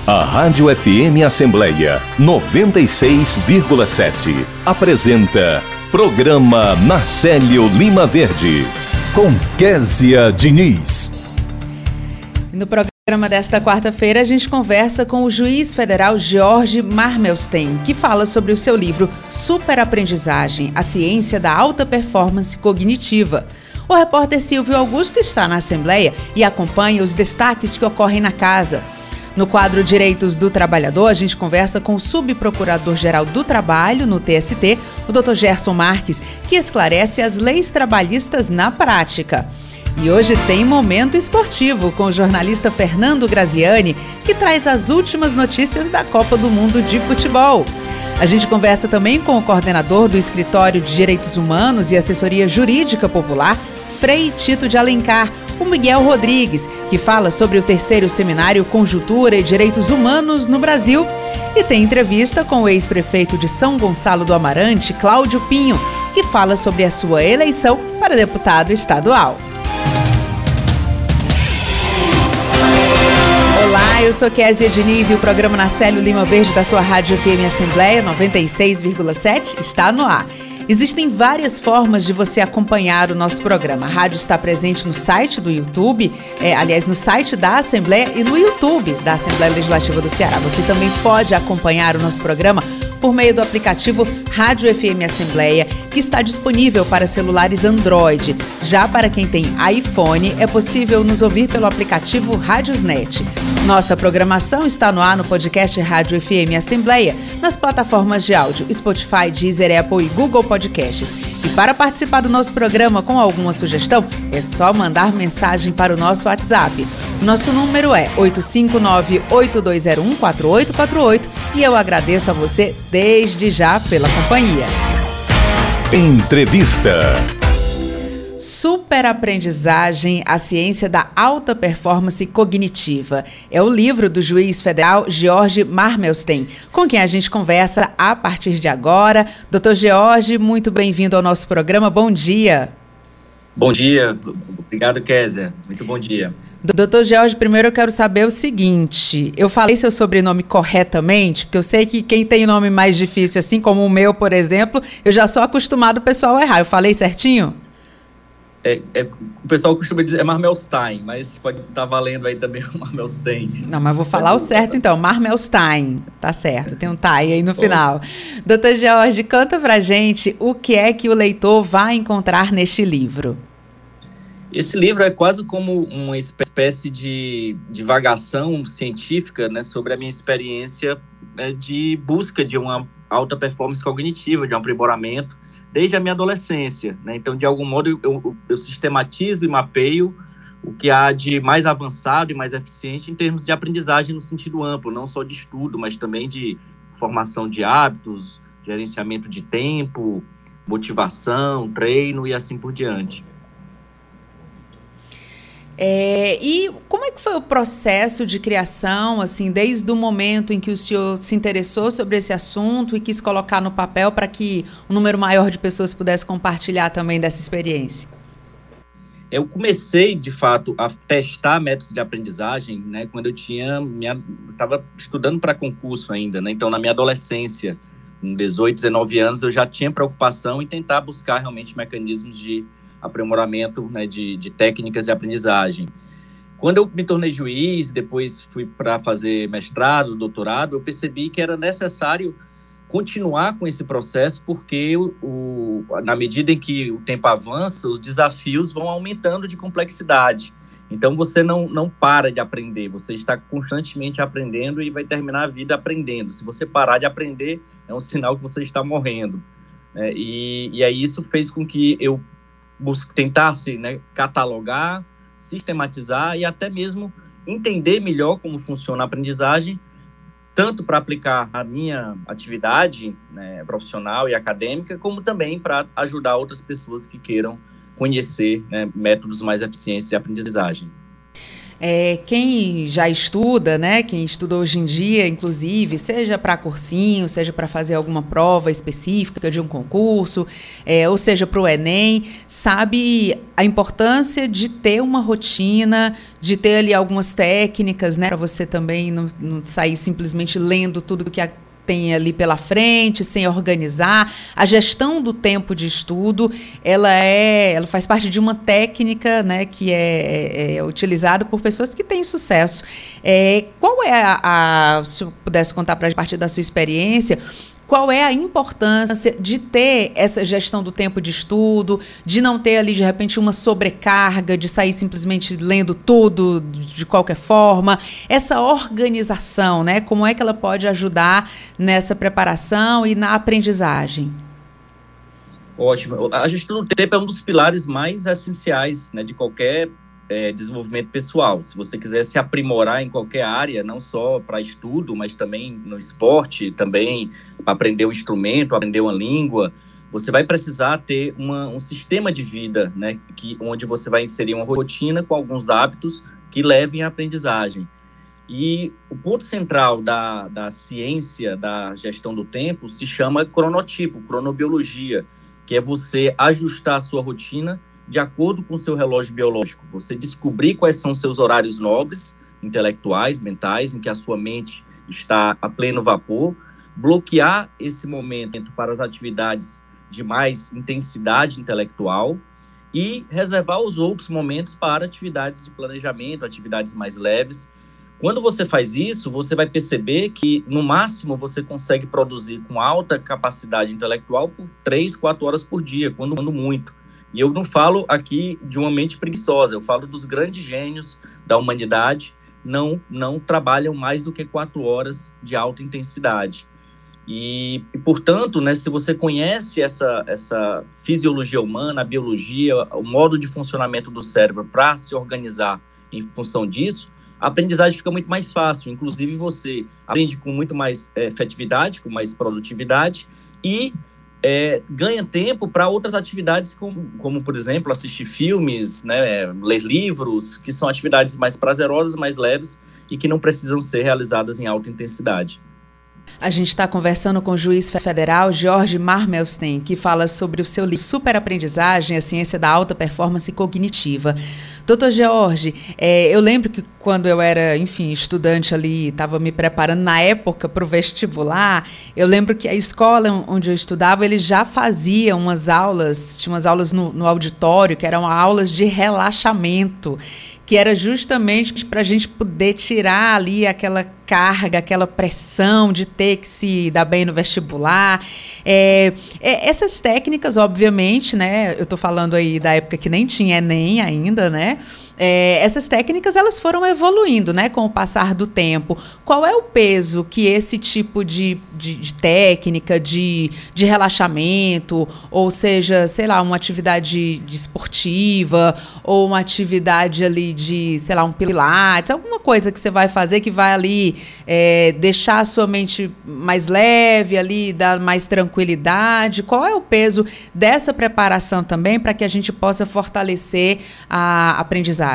A Rádio FM Assembleia 96,7 apresenta Programa Marcelo Lima Verde, com Késia Diniz. No programa desta quarta-feira, a gente conversa com o juiz federal George Marmelstein, que fala sobre o seu livro Superaprendizagem, a ciência da alta performance cognitiva. O repórter Silvio Augusto está na Assembleia e acompanha os destaques que ocorrem na casa. No quadro Direitos do Trabalhador, a gente conversa com o subprocurador-geral do Trabalho, no TST, o Dr. Gerson Marques, que esclarece as leis trabalhistas na prática. E hoje tem Momento Esportivo com o jornalista Fernando Graziani, que traz as últimas notícias da Copa do Mundo de Futebol. A gente conversa também com o coordenador do Escritório de Direitos Humanos e Assessoria Jurídica Popular, Frei Tito de Alencar, o Miguel Rodrigues, que fala sobre o terceiro seminário Conjuntura e Direitos Humanos no Brasil. E tem entrevista com o ex-prefeito de São Gonçalo do Amarante, Cláudio Pinho, que fala sobre a sua eleição para deputado estadual. Olá, eu sou Késia Diniz e o programa Marcelo Lima Verde da sua Rádio FM Assembleia 96,7 está no ar. Existem várias formas de você acompanhar o nosso programa. A rádio está presente no site do YouTube, no site da Assembleia e no YouTube da Assembleia Legislativa do Ceará. Você também pode acompanhar o nosso programa por meio do aplicativo Rádio FM Assembleia, que está disponível para celulares Android. Já para quem tem iPhone, é possível nos ouvir pelo aplicativo Rádiosnet. Nossa programação está no ar no podcast Rádio FM Assembleia, nas plataformas de áudio Spotify, Deezer, Apple e Google Podcasts. E para participar do nosso programa com alguma sugestão, é só mandar mensagem para o nosso WhatsApp. Nosso número é 859-8201-4848 e eu agradeço a você desde já pela companhia. Entrevista. Superaprendizagem, a ciência da alta performance cognitiva. É o livro do juiz federal George Marmelstein, com quem a gente conversa a partir de agora. Doutor George, muito bem-vindo ao nosso programa. Bom dia. Bom dia. Obrigado, Késia. Muito bom dia. Doutor George, primeiro eu quero saber o seguinte, eu falei seu sobrenome corretamente, porque eu sei que quem tem nome mais difícil, assim como o meu, por exemplo, eu já sou acostumado o pessoal a errar. Eu falei certinho? O pessoal costuma dizer Marmelstein, mas pode estar valendo aí também o Marmelstein. Não, mas vou falar o certo então, Marmelstein, tá certo, tem um tai aí no final. Doutor George, conta pra gente o que é que o leitor vai encontrar neste livro. Esse livro é quase como uma espécie de divagação científica, né, sobre a minha experiência de busca de uma alta performance cognitiva, de um aprimoramento, desde a minha adolescência, né? Então, de algum modo, eu sistematizo e mapeio o que há de mais avançado e mais eficiente em termos de aprendizagem no sentido amplo, não só de estudo, mas também de formação de hábitos, gerenciamento de tempo, motivação, treino e assim por diante. E como é que foi o processo de criação, assim, desde o momento em que o senhor se interessou sobre esse assunto e quis colocar no papel para que um número maior de pessoas pudesse compartilhar também dessa experiência? Eu comecei, de fato, a testar métodos de aprendizagem, né, quando eu estava estudando para concurso ainda, né? Então, na minha adolescência, com 18, 19 anos, eu já tinha preocupação em tentar buscar realmente mecanismos de aprimoramento, né, de técnicas de aprendizagem. Quando eu me tornei juiz, depois fui para fazer mestrado, doutorado, eu percebi que era necessário continuar com esse processo, porque na medida em que o tempo avança, os desafios vão aumentando de complexidade. Então, você não para de aprender, você está constantemente aprendendo e vai terminar a vida aprendendo. Se você parar de aprender, é um sinal que você está morrendo. E aí isso fez com que eu tentasse, né, catalogar, sistematizar e até mesmo entender melhor como funciona a aprendizagem, tanto para aplicar a minha atividade, né, profissional e acadêmica, como também para ajudar outras pessoas que queiram conhecer, né, métodos mais eficientes de aprendizagem. Quem já estuda, né, quem estuda hoje em dia, inclusive, seja para cursinho, seja para fazer alguma prova específica de um concurso, ou seja para o Enem, sabe a importância de ter uma rotina, de ter ali algumas técnicas, né, para você também não sair simplesmente lendo tudo que tem ali pela frente, sem organizar. A gestão do tempo de estudo, ela faz parte de uma técnica, né, que é utilizada por pessoas que têm sucesso. Qual é se eu pudesse contar para a partir da sua experiência, qual é a importância de ter essa gestão do tempo de estudo, de não ter ali, de repente, uma sobrecarga, de sair simplesmente lendo tudo de qualquer forma? Essa organização, né? Como é que ela pode ajudar nessa preparação e na aprendizagem? Ótimo. A gestão do tempo é um dos pilares mais essenciais, né, de qualquer desenvolvimento pessoal. Se você quiser se aprimorar em qualquer área, não só para estudo, mas também no esporte, também para aprender um instrumento, aprender uma língua, você vai precisar ter um sistema de vida, né, onde você vai inserir uma rotina com alguns hábitos que levem à aprendizagem. E o ponto central da ciência da gestão do tempo se chama cronotipo, cronobiologia, que é você ajustar a sua rotina de acordo com o seu relógio biológico. Você descobrir quais são seus horários nobres, intelectuais, mentais, em que a sua mente está a pleno vapor, bloquear esse momento para as atividades de mais intensidade intelectual e reservar os outros momentos para atividades de planejamento, atividades mais leves. Quando você faz isso, você vai perceber que, no máximo, você consegue produzir com alta capacidade intelectual por 3, 4 horas por dia, quando muito. E eu não falo aqui de uma mente preguiçosa, eu falo dos grandes gênios da humanidade, não trabalham mais do que 4 horas de alta intensidade. E portanto, né, se você conhece essa fisiologia humana, a biologia, o modo de funcionamento do cérebro para se organizar em função disso, a aprendizagem fica muito mais fácil. Inclusive, você aprende com muito mais efetividade, com mais produtividade e ganha tempo para outras atividades, como, por exemplo, assistir filmes, né, ler livros, que são atividades mais prazerosas, mais leves e que não precisam ser realizadas em alta intensidade. A gente está conversando com o juiz federal George Marmelstein, que fala sobre o seu livro Superaprendizagem, a ciência da alta performance cognitiva. Doutor George, eu lembro que quando eu era, estudante ali, estava me preparando na época para o vestibular, eu lembro que a escola onde eu estudava, eles já faziam umas aulas, tinha umas aulas no auditório, que eram aulas de relaxamento, que era justamente para a gente poder tirar ali aquela carga, aquela pressão de ter que se dar bem no vestibular. Essas técnicas, obviamente, né, eu estou falando aí da época que nem tinha Enem ainda, né? Essas técnicas, elas foram evoluindo, né, com o passar do tempo. Qual é o peso que esse tipo de técnica, de relaxamento, ou seja, sei lá, uma atividade esportiva, ou uma atividade ali de, sei lá, um pilates, alguma coisa que você vai fazer que vai ali deixar a sua mente mais leve, ali, dar mais tranquilidade? Qual é o peso dessa preparação também para que a gente possa fortalecer a aprendizagem?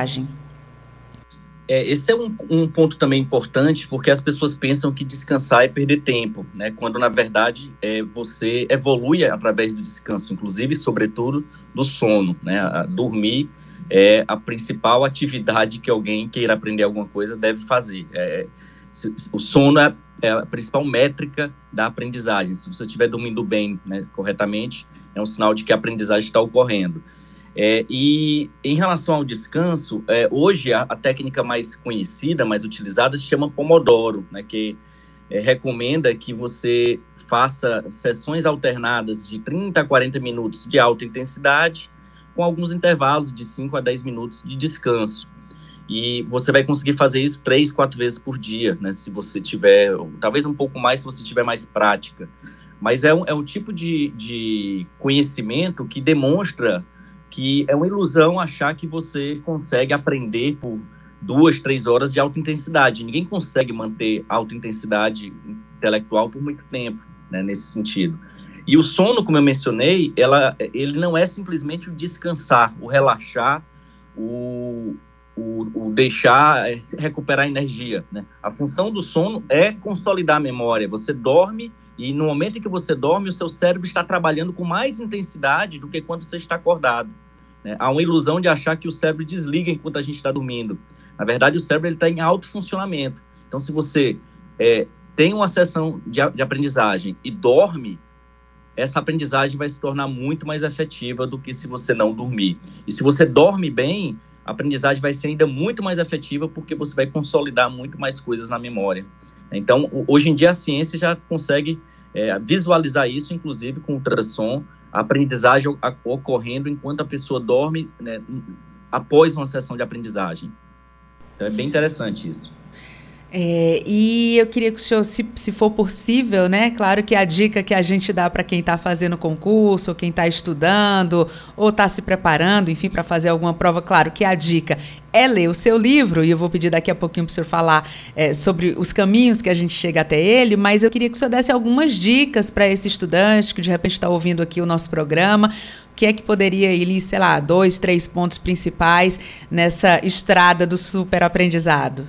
Esse é um ponto também importante, porque as pessoas pensam que descansar é perder tempo, né? Quando, na verdade, você evolui através do descanso, inclusive, sobretudo, do sono, né? Dormir é a principal atividade que alguém queira aprender alguma coisa deve fazer. O sono é a principal métrica da aprendizagem. Se você estiver dormindo bem, né, corretamente, é um sinal de que a aprendizagem está ocorrendo. E em relação ao descanso, hoje a técnica mais conhecida, mais utilizada, se chama Pomodoro, né, que recomenda que você faça sessões alternadas de 30 a 40 minutos de alta intensidade, com alguns intervalos de 5 a 10 minutos de descanso. E você vai conseguir fazer isso 3, 4 vezes por dia, né, se você tiver, talvez um pouco mais se você tiver mais prática. Mas é um tipo de conhecimento que demonstra que é uma ilusão achar que você consegue aprender por 2, 3 horas de alta intensidade. Ninguém consegue manter alta intensidade intelectual por muito tempo, né, nesse sentido. E o sono, como eu mencionei, ele não é simplesmente o descansar, o relaxar, o o deixar recuperar energia, né? A função do sono é consolidar a memória. Você dorme e no momento em que você dorme, o seu cérebro está trabalhando com mais intensidade do que quando você está acordado, né? Há uma ilusão de achar que o cérebro desliga enquanto a gente está dormindo. Na verdade, o cérebro está em alto funcionamento. Então, se você tem uma sessão de aprendizagem e dorme, essa aprendizagem vai se tornar muito mais efetiva do que se você não dormir. E se você dorme bem, a aprendizagem vai ser ainda muito mais efetiva porque você vai consolidar muito mais coisas na memória. Então, hoje em dia, a ciência já consegue visualizar isso, inclusive com ultrassom, a aprendizagem ocorrendo enquanto a pessoa dorme, né, após uma sessão de aprendizagem. Então, é bem interessante isso. E eu queria que o senhor, se for possível, né? Claro que a dica que a gente dá para quem está fazendo concurso, ou quem está estudando, ou está se preparando, enfim, para fazer alguma prova, claro que a dica é ler o seu livro, e eu vou pedir daqui a pouquinho para o senhor falar sobre os caminhos que a gente chega até ele, mas eu queria que o senhor desse algumas dicas para esse estudante que de repente está ouvindo aqui o nosso programa. O que é que poderia ir, sei lá, 2, 3 pontos principais nessa estrada do superaprendizado?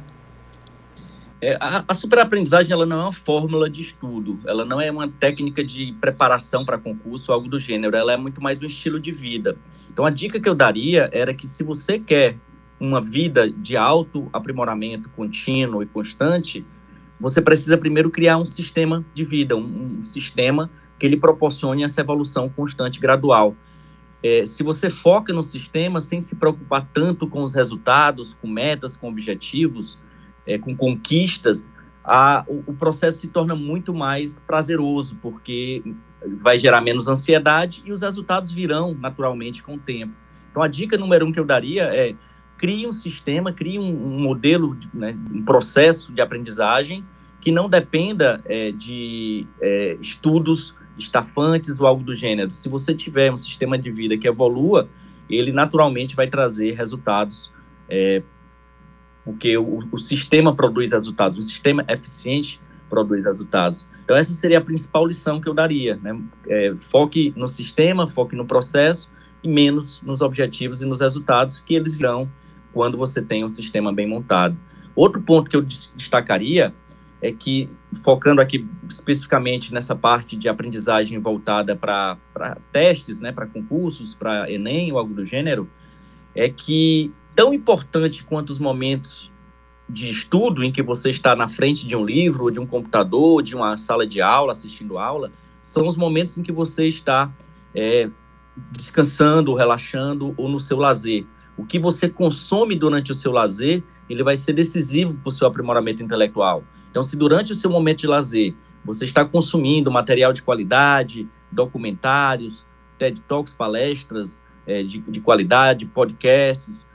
A superaprendizagem, ela não é uma fórmula de estudo, ela não é uma técnica de preparação para concurso ou algo do gênero, ela é muito mais um estilo de vida. Então, a dica que eu daria era que se você quer uma vida de autoaprimoramento contínuo e constante, você precisa primeiro criar um sistema de vida, um sistema que ele proporcione essa evolução constante e gradual. Se você foca no sistema sem se preocupar tanto com os resultados, com metas, com objetivos, com conquistas, o processo se torna muito mais prazeroso, porque vai gerar menos ansiedade e os resultados virão naturalmente com o tempo. Então, a dica número 1 que eu daria é: crie um sistema, crie um modelo, né, um processo de aprendizagem que não dependa de estudos estafantes ou algo do gênero. Se você tiver um sistema de vida que evolua, ele naturalmente vai trazer resultados, porque o sistema produz resultados, o sistema eficiente produz resultados. Então, essa seria a principal lição que eu daria, né? Foque no sistema, foque no processo e menos nos objetivos e nos resultados, que eles virão quando você tem um sistema bem montado. Outro ponto que eu destacaria é que, focando aqui especificamente nessa parte de aprendizagem voltada para testes, né, para concursos, para Enem ou algo do gênero, é que tão importante quanto os momentos de estudo em que você está na frente de um livro, ou de um computador, de uma sala de aula, assistindo aula, são os momentos em que você está descansando, relaxando ou no seu lazer. O que você consome durante o seu lazer, ele vai ser decisivo para o seu aprimoramento intelectual. Então, se durante o seu momento de lazer você está consumindo material de qualidade, documentários, TED Talks, palestras de qualidade, podcasts,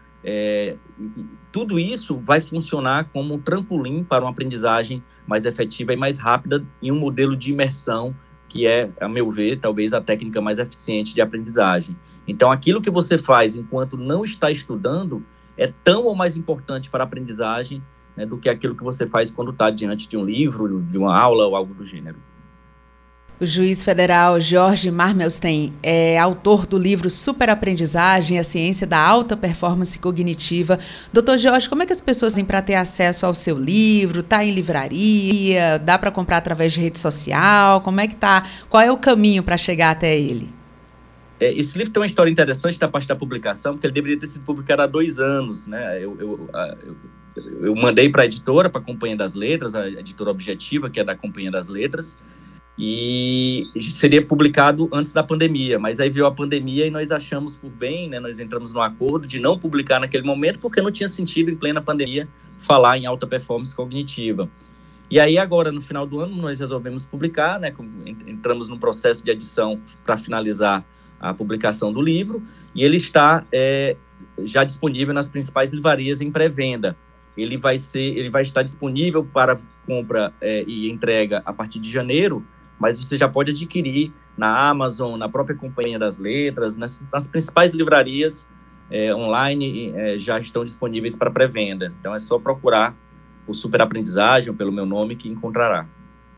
tudo isso vai funcionar como um trampolim para uma aprendizagem mais efetiva e mais rápida em um modelo de imersão que é, a meu ver, talvez a técnica mais eficiente de aprendizagem. Então, aquilo que você faz enquanto não está estudando é tão ou mais importante para a aprendizagem, né, do que aquilo que você faz quando está diante de um livro, de uma aula ou algo do gênero. O juiz federal Jorge Marmelstein é autor do livro Superaprendizagem, a ciência da alta performance cognitiva. Doutor Jorge, como é que as pessoas têm para ter acesso ao seu livro? Está em livraria? Dá para comprar através de rede social? Como é que tá? Qual é o caminho para chegar até ele? Esse livro tem uma história interessante da parte da publicação, porque ele deveria ter sido publicado há 2 anos, né? Eu mandei para a editora, para a Companhia das Letras, a editora Objetiva, que é da Companhia das Letras, e seria publicado antes da pandemia, mas aí veio a pandemia e nós achamos por bem, né, nós entramos num acordo de não publicar naquele momento, porque não tinha sentido, em plena pandemia, falar em alta performance cognitiva. E aí agora, no final do ano, nós resolvemos publicar, né, entramos num processo de edição para finalizar a publicação do livro, e ele está já disponível nas principais livrarias em pré-venda. Ele vai estar disponível para compra e entrega a partir de janeiro, mas você já pode adquirir na Amazon, na própria Companhia das Letras, nas principais livrarias online já estão disponíveis para pré-venda. Então é só procurar o Superaprendizagem, ou pelo meu nome, que encontrará.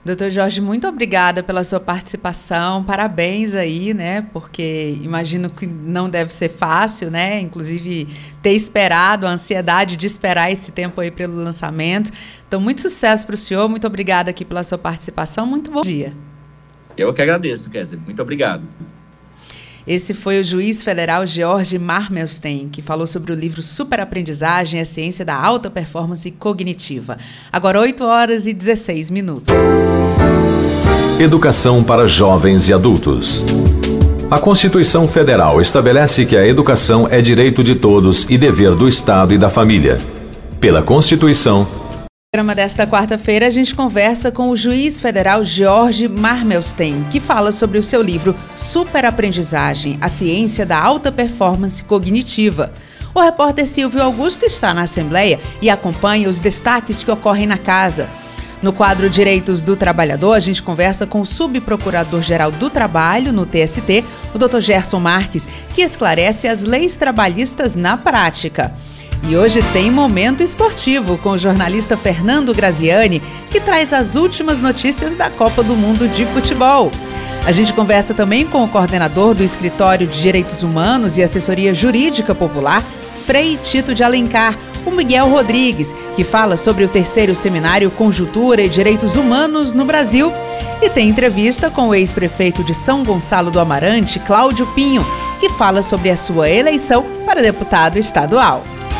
Doutor Jorge, muito obrigada pela sua participação, parabéns aí, né, porque imagino que não deve ser fácil, né, inclusive ter esperado, a ansiedade de esperar esse tempo aí pelo lançamento. Então, muito sucesso para o senhor, muito obrigada aqui pela sua participação, muito bom dia. Eu que agradeço, Kézia, muito obrigado. Esse foi o juiz federal George Marmelstein, que falou sobre o livro Superaprendizagem, a ciência da alta performance cognitiva. Agora 8h16. Educação para jovens e adultos. A Constituição Federal estabelece que a educação é direito de todos e dever do Estado e da família. Pela Constituição, No programa desta quarta-feira, a gente conversa com o juiz federal George Marmelstein, que fala sobre o seu livro Superaprendizagem, a ciência da alta performance cognitiva. O repórter Silvio Augusto está na Assembleia e acompanha os destaques que ocorrem na casa. No quadro Direitos do Trabalhador, a gente conversa com o subprocurador-geral do Trabalho, no TST, o Dr. Gerson Marques, que esclarece as leis trabalhistas na prática. E hoje tem Momento Esportivo com o jornalista Fernando Graziani, que traz as últimas notícias da Copa do Mundo de Futebol. A gente conversa também com o coordenador do Escritório de Direitos Humanos e Assessoria Jurídica Popular, Frei Tito de Alencar, o Miguel Rodrigues, que fala sobre o 3º Seminário Conjuntura e Direitos Humanos no Brasil. E tem entrevista com o ex-prefeito de São Gonçalo do Amarante, Cláudio Pinho, que fala sobre a sua eleição para deputado estadual.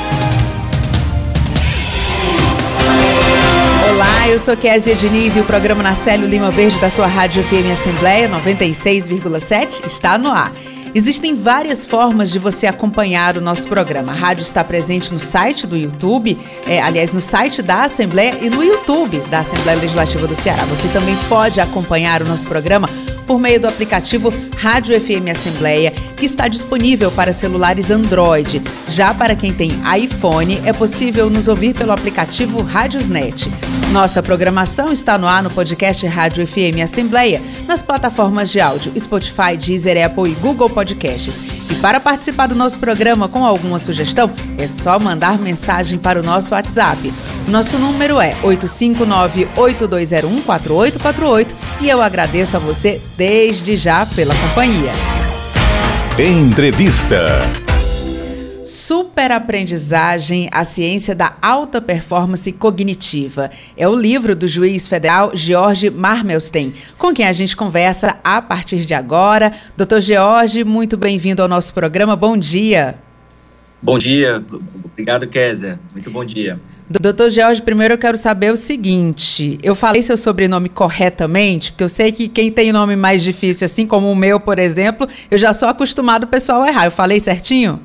Olá, eu sou Kézia Diniz e o programa Narcélio Lima Verde da sua Rádio FM Assembleia 96,7 está no ar. Existem várias formas de você acompanhar o nosso programa. A rádio está presente no site do YouTube, no site da Assembleia e no YouTube da Assembleia Legislativa do Ceará. Você também pode acompanhar o nosso programa por meio do aplicativo Rádio FM Assembleia, que está disponível para celulares Android. Já para quem tem iPhone, é possível nos ouvir pelo aplicativo Rádiosnet. Nossa programação está no ar no podcast Rádio FM Assembleia, nas plataformas de áudio Spotify, Deezer, Apple e Google Podcasts. E para participar do nosso programa com alguma sugestão, é só mandar mensagem para o nosso WhatsApp. Nosso número é 859-8201-4848 e eu agradeço a você desde já pela companhia. Entrevista. Superaprendizagem, a ciência da alta performance cognitiva. É o livro do juiz federal George Marmelstein, com quem a gente conversa a partir de agora. Doutor George, muito bem-vindo ao nosso programa. Bom dia. Bom dia. Obrigado, Kézia. Muito bom dia. Doutor George, primeiro eu quero saber o seguinte, eu falei seu sobrenome corretamente, porque eu sei que quem tem nome mais difícil, assim como o meu, por exemplo, eu já sou acostumado o pessoal a errar. Eu falei certinho?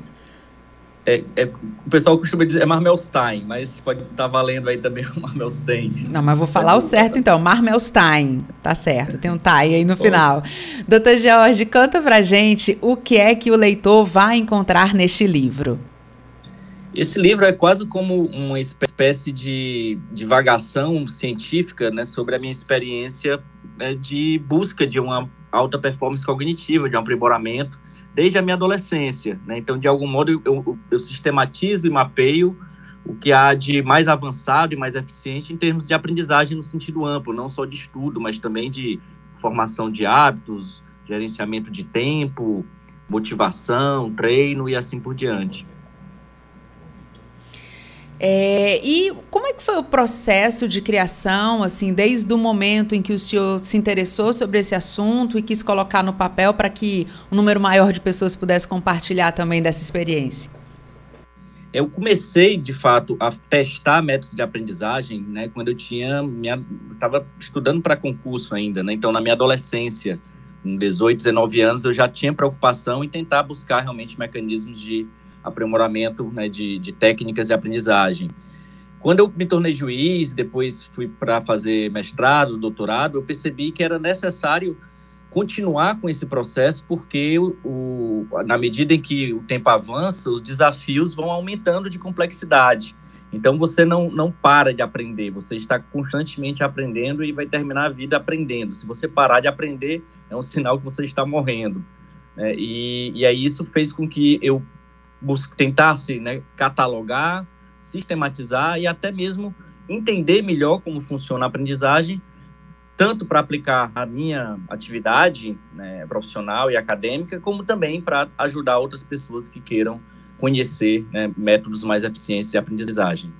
O pessoal costuma dizer Marmelstein, mas pode estar valendo aí também o Marmelstein. Não, mas vou falar o certo então, Marmelstein, tá certo, tem um tai aí no final. Doutor George, conta pra gente o que é que o leitor vai encontrar neste livro. Esse livro é quase como uma espécie de divagação científica, né, sobre a minha experiência de busca de uma alta performance cognitiva, de um aprimoramento, desde a minha adolescência, né? Então, de algum modo, eu sistematizo e mapeio o que há de mais avançado e mais eficiente em termos de aprendizagem no sentido amplo, não só de estudo, mas também de formação de hábitos, gerenciamento de tempo, motivação, treino e assim por diante. E como é que foi o processo de criação, assim, desde o momento em que o senhor se interessou sobre esse assunto e quis colocar no papel para que um número maior de pessoas pudesse compartilhar também dessa experiência? Eu comecei, de fato, a testar métodos de aprendizagem, né, quando eu estava estudando para concurso ainda, né? Então, na minha adolescência, com 18, 19 anos, eu já tinha preocupação em tentar buscar realmente mecanismos de aprimoramento, né, de técnicas de aprendizagem. Quando eu me tornei juiz, depois fui para fazer mestrado, doutorado, eu percebi que era necessário continuar com esse processo, porque na medida em que o tempo avança, os desafios vão aumentando de complexidade. Então, você não para de aprender, você está constantemente aprendendo e vai terminar a vida aprendendo. Se você parar de aprender, é um sinal que você está morrendo. E aí isso fez com que eu tentasse, né, catalogar, sistematizar e até mesmo entender melhor como funciona a aprendizagem, tanto para aplicar a minha atividade, né, profissional e acadêmica, como também para ajudar outras pessoas que queiram conhecer, né, métodos mais eficientes de aprendizagem.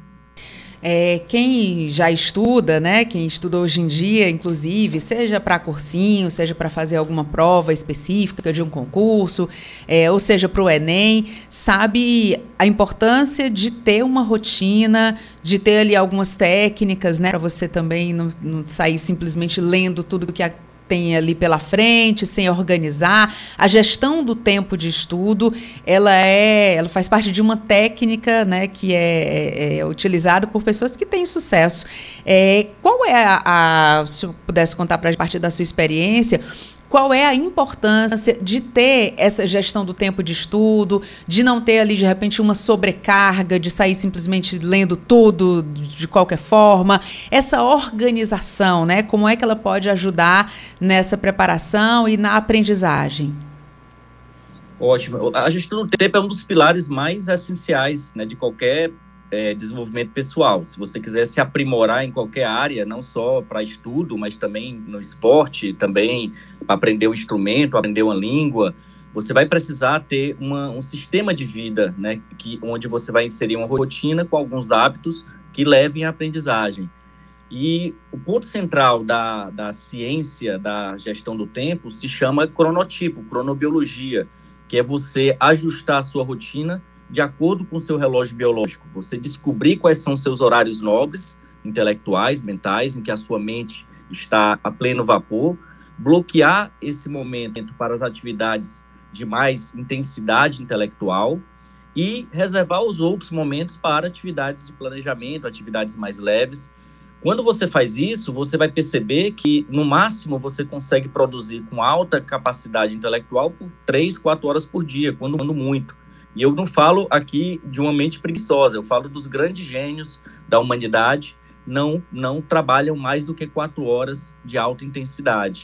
Quem já estuda, né, quem estuda hoje em dia, inclusive, seja para cursinho, seja para fazer alguma prova específica de um concurso, ou seja para o Enem, sabe a importância de ter uma rotina, de ter ali algumas técnicas, né, para você também não sair simplesmente lendo tudo que tem ali pela frente, sem organizar. A gestão do tempo de estudo, ela faz parte de uma técnica, né, que é utilizada por pessoas que têm sucesso. Qual é se eu pudesse contar para a partir da sua experiência, qual é a importância de ter essa gestão do tempo de estudo, de não ter ali, de repente, uma sobrecarga, de sair simplesmente lendo tudo de qualquer forma? Essa organização, né? Como é que ela pode ajudar nessa preparação e na aprendizagem? Ótimo. A gestão do tempo é um dos pilares mais essenciais, né, de qualquer desenvolvimento pessoal. Se você quiser se aprimorar em qualquer área, não só para estudo, mas também no esporte, também para aprender um instrumento, aprender uma língua, você vai precisar ter um sistema de vida, né, onde você vai inserir uma rotina com alguns hábitos que levem à aprendizagem. E o ponto central da ciência da gestão do tempo se chama cronotipo, cronobiologia, que é você ajustar a sua rotina de acordo com o seu relógio biológico. Você descobrir quais são seus horários nobres, intelectuais, mentais, em que a sua mente está a pleno vapor, bloquear esse momento para as atividades de mais intensidade intelectual e reservar os outros momentos para atividades de planejamento, atividades mais leves. Quando você faz isso, você vai perceber que, no máximo, você consegue produzir com alta capacidade intelectual por 3, 4 horas por dia, quando muito. E eu não falo aqui de uma mente preguiçosa, eu falo dos grandes gênios da humanidade, não trabalham mais do que 4 horas de alta intensidade.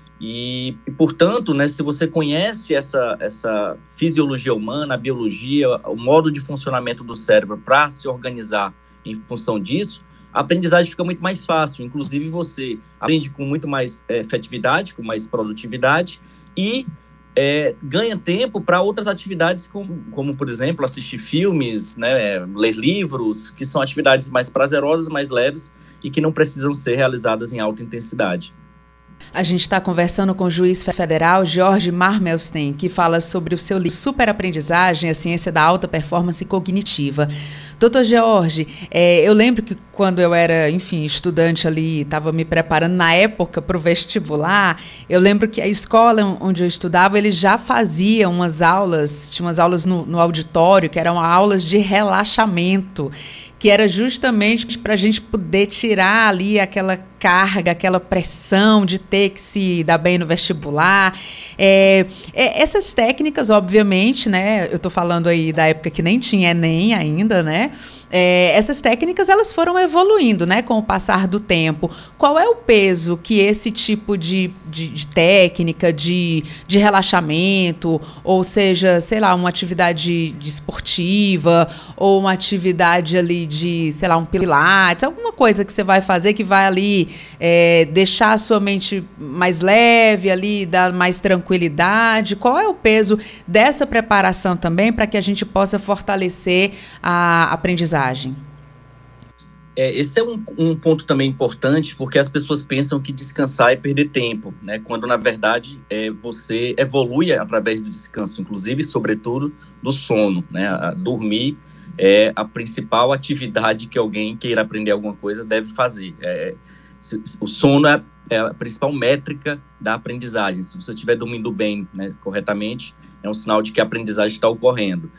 E portanto, né, se você conhece essa fisiologia humana, a biologia, o modo de funcionamento do cérebro para se organizar em função disso, a aprendizagem fica muito mais fácil. Inclusive, você aprende com muito mais efetividade, com mais produtividade e ganha tempo para outras atividades, como, por exemplo, assistir filmes, né, ler livros, que são atividades mais prazerosas, mais leves e que não precisam ser realizadas em alta intensidade. A gente está conversando com o juiz federal Jorge Marmelstein, que fala sobre o seu livro Superaprendizagem, a ciência da alta performance cognitiva. Doutor Jorge, eu lembro que quando eu era, estudante ali, estava me preparando na época para o vestibular, eu lembro que a escola onde eu estudava, eles já faziam umas aulas, tinha umas aulas no auditório, que eram aulas de relaxamento, que era justamente para a gente poder tirar ali aquela carga, aquela pressão de ter que se dar bem no vestibular. Essas técnicas, obviamente, né, eu estou falando aí da época que nem tinha Enem ainda, né? Essas técnicas, elas foram evoluindo, né, com o passar do tempo. Qual é o peso que esse tipo de técnica, de relaxamento, ou seja, sei lá, uma atividade esportiva, ou uma atividade ali de, sei lá, um pilates, alguma coisa que você vai fazer que vai ali deixar a sua mente mais leve, ali, dar mais tranquilidade? Qual é o peso dessa preparação também para que a gente possa fortalecer a aprendizagem? Esse é um ponto também importante, porque as pessoas pensam que descansar é perder tempo, né? Quando, na verdade, você evolui através do descanso, inclusive, sobretudo, do sono, né? Dormir é a principal atividade que alguém queira aprender alguma coisa deve fazer. O sono é a principal métrica da aprendizagem. Se você estiver dormindo bem, né, corretamente, é um sinal de que a aprendizagem está ocorrendo.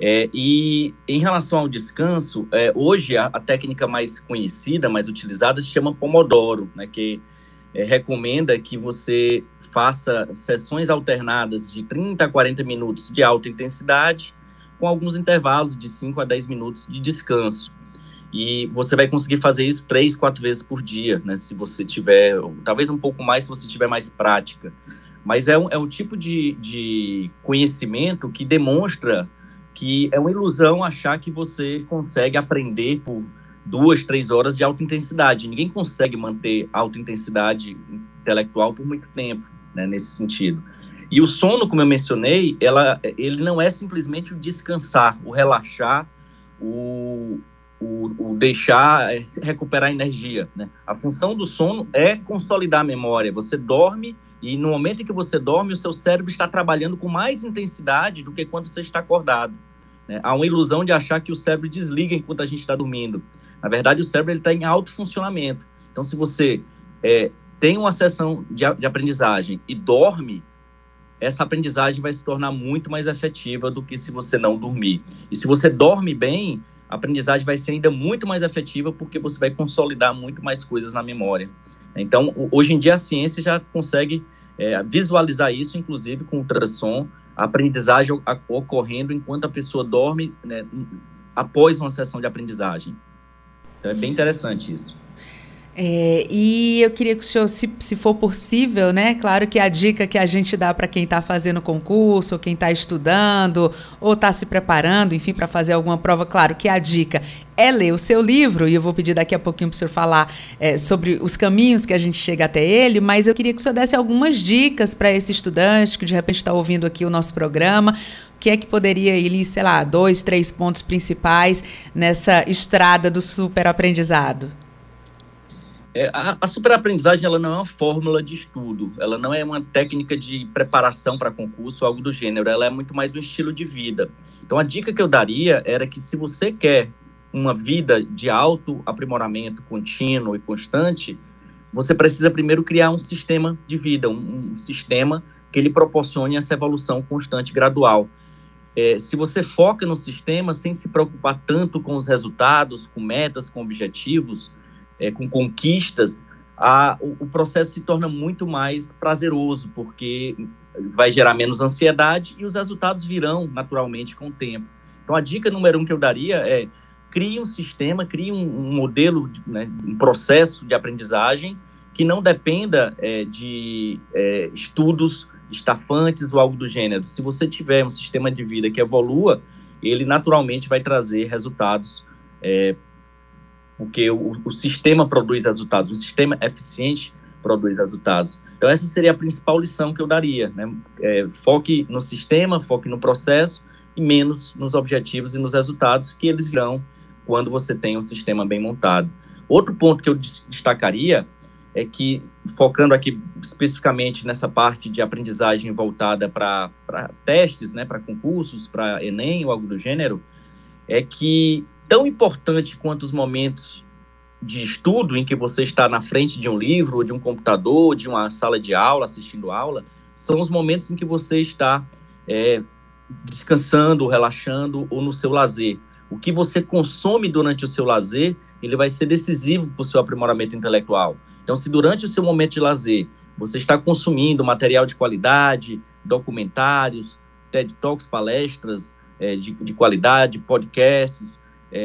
E em relação ao descanso, hoje a técnica mais conhecida, mais utilizada, se chama Pomodoro, né, que recomenda que você faça sessões alternadas de 30 a 40 minutos de alta intensidade, com alguns intervalos de 5 a 10 minutos de descanso. E você vai conseguir fazer isso 3, 4 vezes por dia, né, se você tiver, talvez um pouco mais se você tiver mais prática. Mas é um tipo de conhecimento que demonstra que é uma ilusão achar que você consegue aprender por 2, 3 horas de alta intensidade. Ninguém consegue manter alta intensidade intelectual por muito tempo, né, nesse sentido. E o sono, como eu mencionei, ele não é simplesmente o descansar, o relaxar, o deixar recuperar energia, né? A função do sono é consolidar a memória. Você dorme e no momento em que você dorme, o seu cérebro está trabalhando com mais intensidade do que quando você está acordado, né? Há uma ilusão de achar que o cérebro desliga enquanto a gente está dormindo. Na verdade, o cérebro está em alto funcionamento. Então, se você tem uma sessão de aprendizagem e dorme, essa aprendizagem vai se tornar muito mais efetiva do que se você não dormir. E se você dorme bem, a aprendizagem vai ser ainda muito mais efetiva porque você vai consolidar muito mais coisas na memória. Então, hoje em dia, a ciência já consegue visualizar isso, inclusive com ultrassom, a aprendizagem ocorrendo enquanto a pessoa dorme, né, após uma sessão de aprendizagem. Então, é bem interessante isso. E eu queria que o senhor, se for possível, né? Claro que a dica que a gente dá para quem está fazendo concurso, ou quem está estudando, ou está se preparando, enfim, para fazer alguma prova, claro que a dica é ler o seu livro, e eu vou pedir daqui a pouquinho para o senhor falar sobre os caminhos que a gente chega até ele, mas eu queria que o senhor desse algumas dicas para esse estudante que de repente está ouvindo aqui o nosso programa. O que é que poderia ir, sei lá, 2, 3 pontos principais nessa estrada do superaprendizado? A superaprendizagem, ela não é uma fórmula de estudo, ela não é uma técnica de preparação para concurso ou algo do gênero, ela é muito mais um estilo de vida. Então, a dica que eu daria era que se você quer uma vida de autoaprimoramento contínuo e constante, você precisa primeiro criar um sistema de vida, um sistema que ele proporcione essa evolução constante e gradual. Se você foca no sistema sem se preocupar tanto com os resultados, com metas, com objetivos, com conquistas, o processo se torna muito mais prazeroso, porque vai gerar menos ansiedade e os resultados virão naturalmente com o tempo. Então, a dica número 1 que eu daria é: crie um sistema, crie um modelo, né, um processo de aprendizagem que não dependa de estudos estafantes ou algo do gênero. Se você tiver um sistema de vida que evolua, ele naturalmente vai trazer resultados, porque o sistema produz resultados, o sistema eficiente produz resultados. Então, essa seria a principal lição que eu daria, né? Foque no sistema, foque no processo e menos nos objetivos e nos resultados, que eles virão quando você tem um sistema bem montado. Outro ponto que eu destacaria é que, focando aqui especificamente nessa parte de aprendizagem voltada para testes, né, para concursos, para Enem ou algo do gênero, é que tão importante quanto os momentos de estudo em que você está na frente de um livro, ou de um computador, de uma sala de aula, assistindo aula, são os momentos em que você está descansando, relaxando ou no seu lazer. O que você consome durante o seu lazer, ele vai ser decisivo para o seu aprimoramento intelectual. Então, se durante o seu momento de lazer você está consumindo material de qualidade, documentários, TED Talks, palestras de qualidade, podcasts,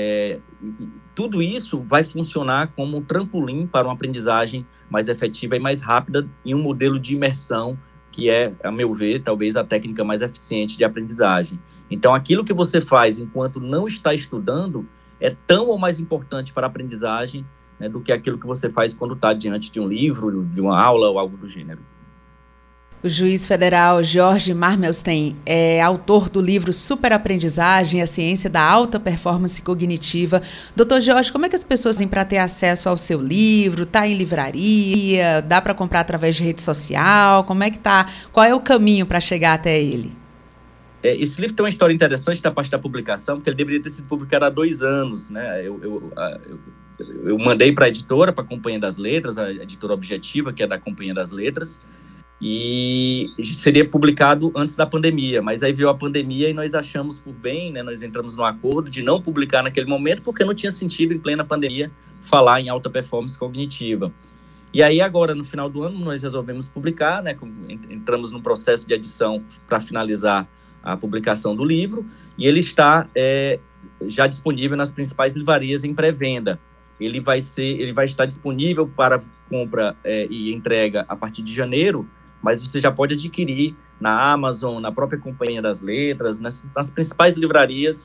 tudo isso vai funcionar como um trampolim para uma aprendizagem mais efetiva e mais rápida em um modelo de imersão que é, a meu ver, talvez a técnica mais eficiente de aprendizagem. Então, aquilo que você faz enquanto não está estudando é tão ou mais importante para a aprendizagem, né, do que aquilo que você faz quando está diante de um livro, de uma aula ou algo do gênero. O juiz federal Jorge Marmelstein é autor do livro Superaprendizagem, a ciência da alta performance cognitiva. Doutor Jorge, como é que as pessoas têm para ter acesso ao seu livro? Está em livraria? Dá para comprar através de rede social? Como é que tá? Qual é o caminho para chegar até ele? Esse livro tem uma história interessante da parte da publicação, porque ele deveria ter sido publicado há 2 anos, né? Eu mandei para a editora, para a Companhia das Letras, a editora Objetiva, que é da Companhia das Letras, e seria publicado antes da pandemia, mas aí veio a pandemia e nós achamos por bem, né, nós entramos num acordo de não publicar naquele momento, porque não tinha sentido, em plena pandemia, falar em alta performance cognitiva. E aí agora, no final do ano, nós resolvemos publicar, né, entramos no processo de edição para finalizar a publicação do livro, e ele está já disponível nas principais livrarias em pré-venda. Ele vai estar disponível para compra e entrega a partir de janeiro, mas você já pode adquirir na Amazon, na própria Companhia das Letras, nas principais livrarias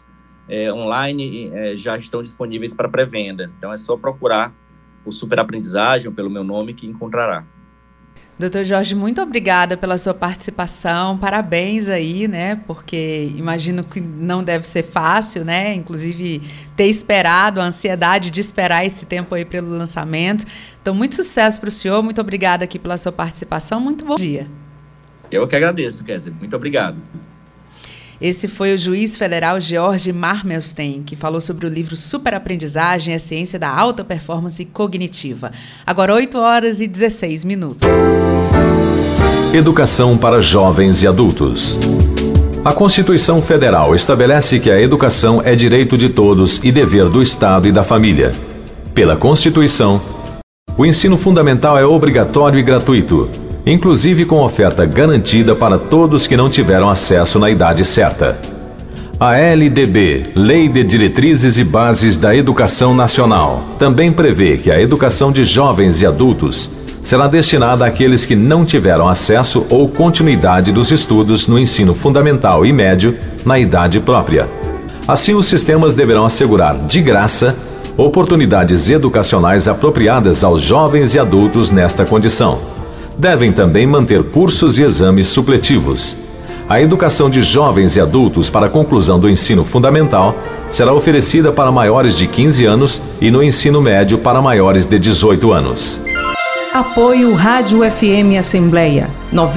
online já estão disponíveis para pré-venda. Então é só procurar o Super Aprendizagem, pelo meu nome, que encontrará. Doutor Jorge, muito obrigada pela sua participação, parabéns aí, né, porque imagino que não deve ser fácil, né, inclusive ter esperado, a ansiedade de esperar esse tempo aí pelo lançamento. Então, muito sucesso para o senhor, muito obrigada aqui pela sua participação, muito bom dia. Eu que agradeço, Kézia, muito obrigado. Esse foi o juiz federal George Marmelstein, que falou sobre o livro Super Aprendizagem, a ciência da alta performance cognitiva. Agora 8h16. Educação para jovens e adultos. A Constituição Federal estabelece que a educação é direito de todos e dever do Estado e da família. Pela Constituição, o ensino fundamental é obrigatório e gratuito, inclusive com oferta garantida para todos que não tiveram acesso na idade certa. A LDB, Lei de Diretrizes e Bases da Educação Nacional, também prevê que a educação de jovens e adultos será destinada àqueles que não tiveram acesso ou continuidade dos estudos no ensino fundamental e médio na idade própria. Assim, os sistemas deverão assegurar, de graça, oportunidades educacionais apropriadas aos jovens e adultos nesta condição. Devem também manter cursos e exames supletivos. A educação de jovens e adultos para a conclusão do ensino fundamental será oferecida para maiores de 15 anos e no ensino médio para maiores de 18 anos. Apoio Rádio FM Assembleia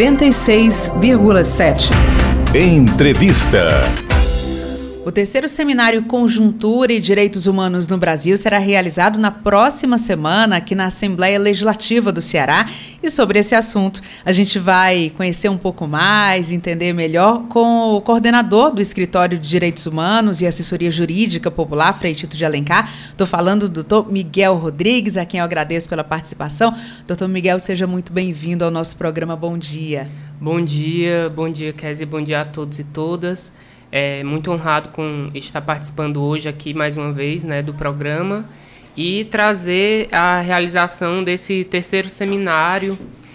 96,7. Entrevista. O terceiro seminário Conjuntura e Direitos Humanos no Brasil será realizado na próxima semana aqui na Assembleia Legislativa do Ceará. E sobre esse assunto, a gente vai conhecer um pouco mais, entender melhor com o coordenador do Escritório de Direitos Humanos e Assessoria Jurídica Popular, Frei Tito de Alencar. Estou falando do doutor Miguel Rodrigues, a quem eu agradeço pela participação. Doutor Miguel, seja muito bem-vindo ao nosso programa. Bom dia. Bom dia, Kézia, bom dia a todos e todas. Muito honrado com estar participando hoje aqui mais uma vez, né, do programa e trazer a realização desse terceiro seminário,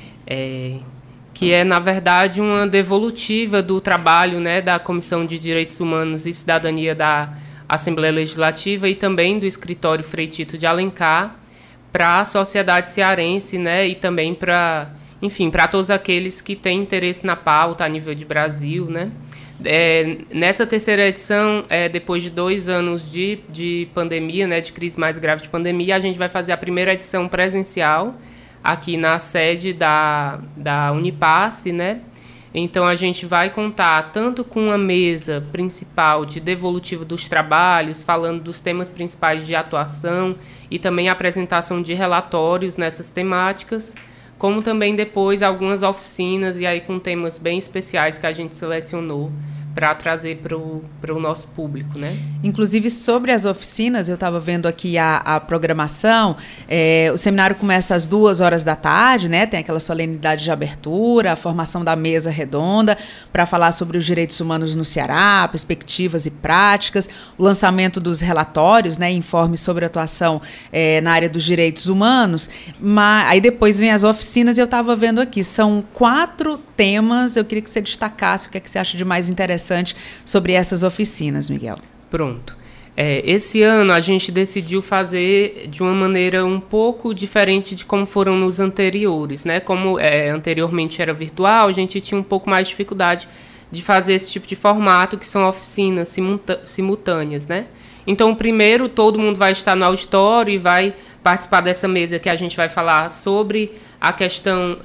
que é, na verdade, uma devolutiva do trabalho, né, da Comissão de Direitos Humanos e Cidadania da Assembleia Legislativa e também do Escritório Frei Tito de Alencar para a sociedade cearense, né, e também para todos aqueles que têm interesse na pauta a nível de Brasil, né. Nessa terceira edição, depois de 2 anos de pandemia, né, de crise mais grave de pandemia, a gente vai fazer a primeira edição presencial aqui na sede da Unipasse, né? Então a gente vai contar tanto com a mesa principal de devolutiva dos trabalhos, falando dos temas principais de atuação e também a apresentação de relatórios nessas temáticas, como também depois algumas oficinas e aí com temas bem especiais que a gente selecionou para trazer para o nosso público, né? Inclusive, sobre as oficinas, eu estava vendo aqui a programação, o seminário começa às 14h, né? Tem aquela solenidade de abertura, a formação da mesa redonda, para falar sobre os direitos humanos no Ceará, perspectivas e práticas, o lançamento dos relatórios, né? Informes sobre a atuação na área dos direitos humanos, mas aí depois vem as oficinas e eu estava vendo aqui, são 4 temas, eu queria que você destacasse o que é que você acha de mais interessante sobre essas oficinas, Miguel. Pronto. Esse ano a gente decidiu fazer de uma maneira um pouco diferente de como foram nos anteriores, né? Como anteriormente era virtual, a gente tinha um pouco mais de dificuldade de fazer esse tipo de formato, que são oficinas simultâneas, né? Então, primeiro, todo mundo vai estar no auditório e vai participar dessa mesa que a gente vai falar sobre a questão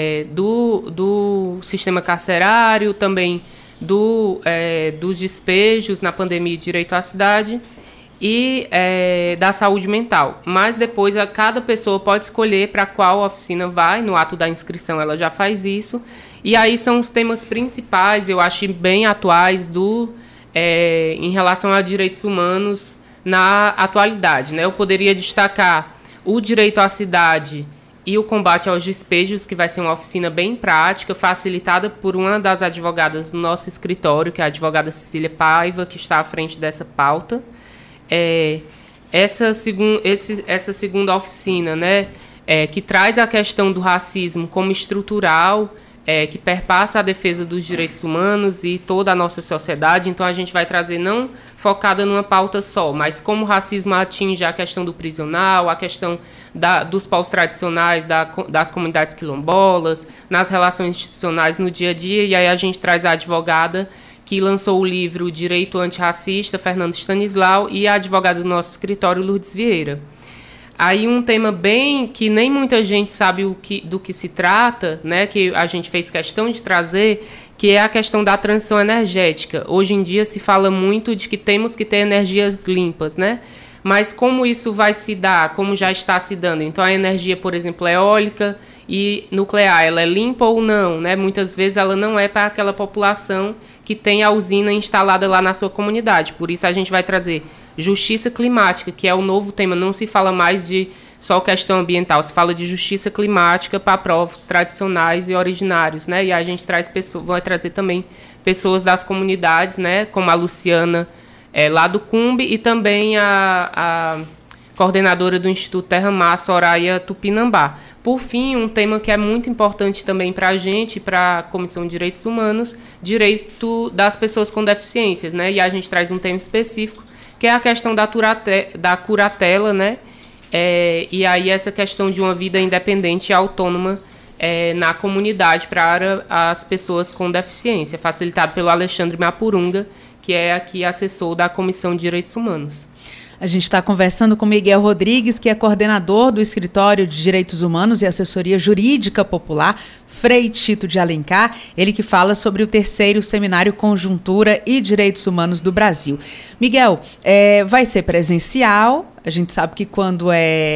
do sistema carcerário, também dos despejos na pandemia e direito à cidade e da saúde mental. Mas depois cada pessoa pode escolher para qual oficina vai, no ato da inscrição ela já faz isso. E aí são os temas principais, eu acho bem atuais, em relação a direitos humanos na atualidade, né? Eu poderia destacar o direito à cidade e o combate aos despejos, que vai ser uma oficina bem prática, facilitada por uma das advogadas do nosso escritório, que é a advogada Cecília Paiva, que está à frente dessa pauta. Essa segunda oficina, né, que traz a questão do racismo como estrutural que perpassa a defesa dos direitos humanos e toda a nossa sociedade. Então, a gente vai trazer não focada numa pauta só, mas como o racismo atinge a questão do prisional, a questão dos povos tradicionais, das comunidades quilombolas, nas relações institucionais no dia a dia. E aí a gente traz a advogada que lançou o livro Direito Antirracista, Fernando Stanislau, e a advogada do nosso escritório, Lourdes Vieira. Aí um tema bem que nem muita gente sabe do que se trata, né, que a gente fez questão de trazer, que é a questão da transição energética. Hoje em dia se fala muito de que temos que ter energias limpas, né? Mas como isso vai se dar, como já está se dando? Então a energia, por exemplo, eólica e nuclear, ela é limpa ou não, né? Muitas vezes ela não é para aquela população que tem a usina instalada lá na sua comunidade. Por isso a gente vai trazer justiça climática, que é o novo tema. Não se fala mais de só questão ambiental, se fala de justiça climática para povos tradicionais e originários, né? E a gente vai trazer também pessoas das comunidades, né? Como a Luciana, lá do Cumbe, e também a coordenadora do Instituto Terra Mar, Soraya Tupinambá. Por fim, um tema que é muito importante também para a gente, para a Comissão de Direitos Humanos, direito das pessoas com deficiências, né? E a gente traz um tema específico, que é a questão da curatela, né? E aí essa questão de uma vida independente e autônoma na comunidade para as pessoas com deficiência, facilitado pelo Alexandre Mapurunga, que é aqui assessor da Comissão de Direitos Humanos. A gente está conversando com Miguel Rodrigues, que é coordenador do Escritório de Direitos Humanos e Assessoria Jurídica Popular, Frei Tito de Alencar, ele que fala sobre o 3º Seminário Conjuntura e Direitos Humanos do Brasil. Miguel, vai ser presencial, a gente sabe que quando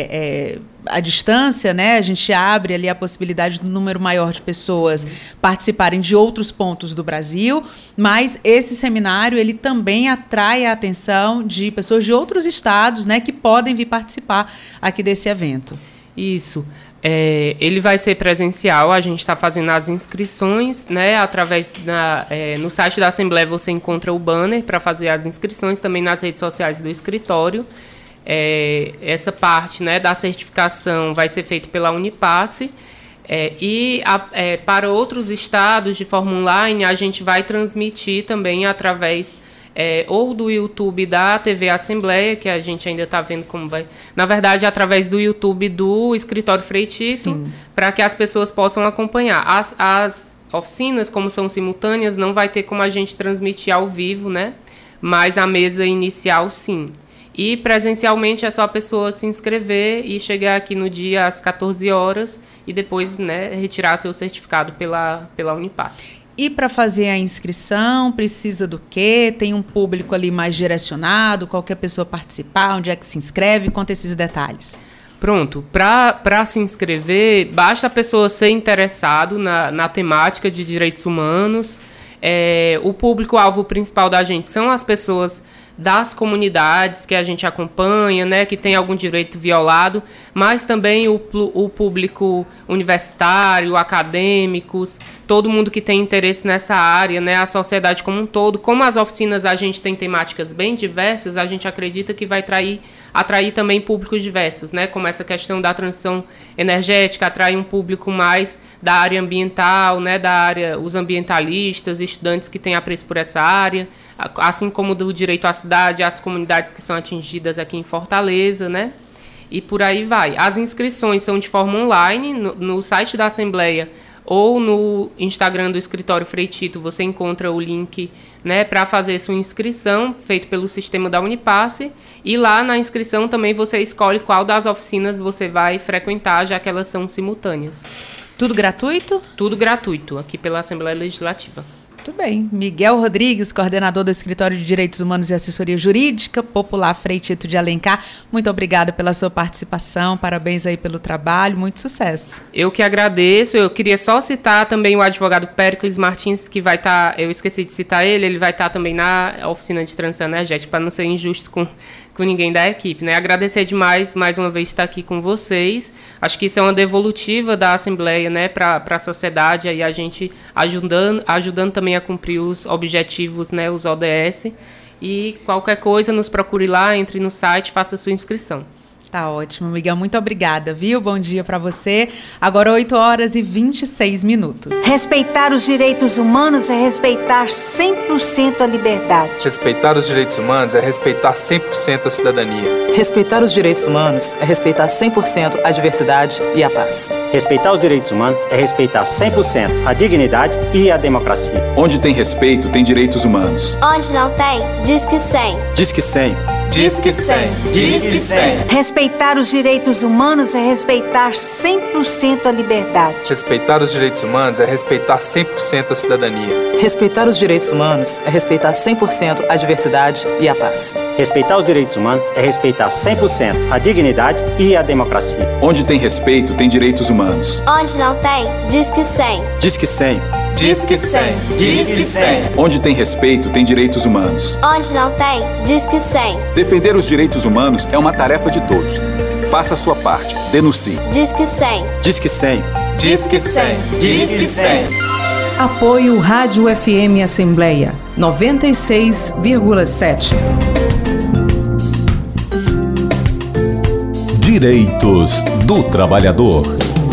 é à distância, né, a gente abre ali a possibilidade do número maior de pessoas participarem de outros pontos do Brasil, mas esse seminário, ele também atrai a atenção de pessoas de outros estados, né, que podem vir participar aqui desse evento. Isso. Ele vai ser presencial, a gente está fazendo as inscrições, né, através no site da Assembleia você encontra o banner para fazer as inscrições, também nas redes sociais do escritório. Essa parte, né, da certificação vai ser feita pela Unipasse, para outros estados de forma online a gente vai transmitir também através ou do YouTube da TV Assembleia, que a gente ainda está vendo como vai... Na verdade, através do YouTube do Escritório Frei Tito, para que as pessoas possam acompanhar. As oficinas, como são simultâneas, não vai ter como a gente transmitir ao vivo, né? Mas a mesa inicial, sim. E presencialmente é só a pessoa se inscrever e chegar aqui no dia às 14 horas e depois, né, retirar seu certificado pela Unipasse. E para fazer a inscrição, precisa do quê? Tem um público ali mais direcionado, qualquer pessoa participar, onde é que se inscreve? Conta esses detalhes. Pronto, para se inscrever, basta a pessoa ser interessado na temática de direitos humanos. O público-alvo principal da gente são as pessoas das comunidades que a gente acompanha, né, que tem algum direito violado, mas também o público universitário, acadêmicos, todo mundo que tem interesse nessa área, né, a sociedade como um todo. Como as oficinas a gente tem temáticas bem diversas, a gente acredita que vai atrair também públicos diversos, né, como essa questão da transição energética, atrair um público mais da área ambiental, né, os ambientalistas, estudantes que têm apreço por essa área, assim como do direito à cidade, as comunidades que são atingidas aqui em Fortaleza, né? E por aí vai. As inscrições são de forma online, no site da Assembleia ou no Instagram do Escritório Frei Tito, você encontra o link, né, para fazer sua inscrição, feito pelo sistema da Unipasse, e lá na inscrição também você escolhe qual das oficinas você vai frequentar, já que elas são simultâneas. Tudo gratuito? Tudo gratuito, aqui pela Assembleia Legislativa. Muito bem. Miguel Rodrigues, coordenador do Escritório de Direitos Humanos e Assessoria Jurídica Popular Frei Tito de Alencar, muito obrigada pela sua participação, parabéns aí pelo trabalho, muito sucesso. Eu que agradeço, eu queria só citar também o advogado Péricles Martins, que vai estar, eu esqueci de citar ele vai estar também na oficina de transição energética, para não ser injusto com ninguém da equipe, né? Agradecer demais, mais uma vez, estar aqui com vocês. Acho que isso é uma devolutiva da Assembleia, né, para a sociedade, aí a gente ajudando também a cumprir os objetivos, né, os ODS. E qualquer coisa, nos procure lá, entre no site, faça a sua inscrição. Tá ótimo, Miguel. Muito obrigada, viu? Bom dia para você. Agora 8h26. Respeitar os direitos humanos é respeitar 100% a liberdade. Respeitar os direitos humanos é respeitar 100% a cidadania. Respeitar os direitos humanos é respeitar 100% a diversidade e a paz. Respeitar os direitos humanos é respeitar 100% a dignidade e a democracia. Onde tem respeito, tem direitos humanos. Onde não tem, diz que 100. Diz que 100. Diz que 100. Diz que 100. Respeitar os direitos humanos é respeitar 100% a liberdade. Respeitar os direitos humanos é respeitar 100% a cidadania. Respeitar os direitos humanos é respeitar 100% a diversidade e a paz. Respeitar os direitos humanos é respeitar 100% a dignidade e a democracia. Onde tem respeito, tem direitos humanos. Onde não tem, diz que 100. Diz que 100. Diz que 100. Diz que 100. Onde tem respeito, tem direitos humanos. Onde não tem, diz que 100. Defender os direitos humanos é uma tarefa de todos. Faça a sua parte. Denuncie. Diz que 100. Diz que 100. Diz que 100. Diz que 100. Apoio Rádio FM Assembleia 96,7. Direitos do Trabalhador.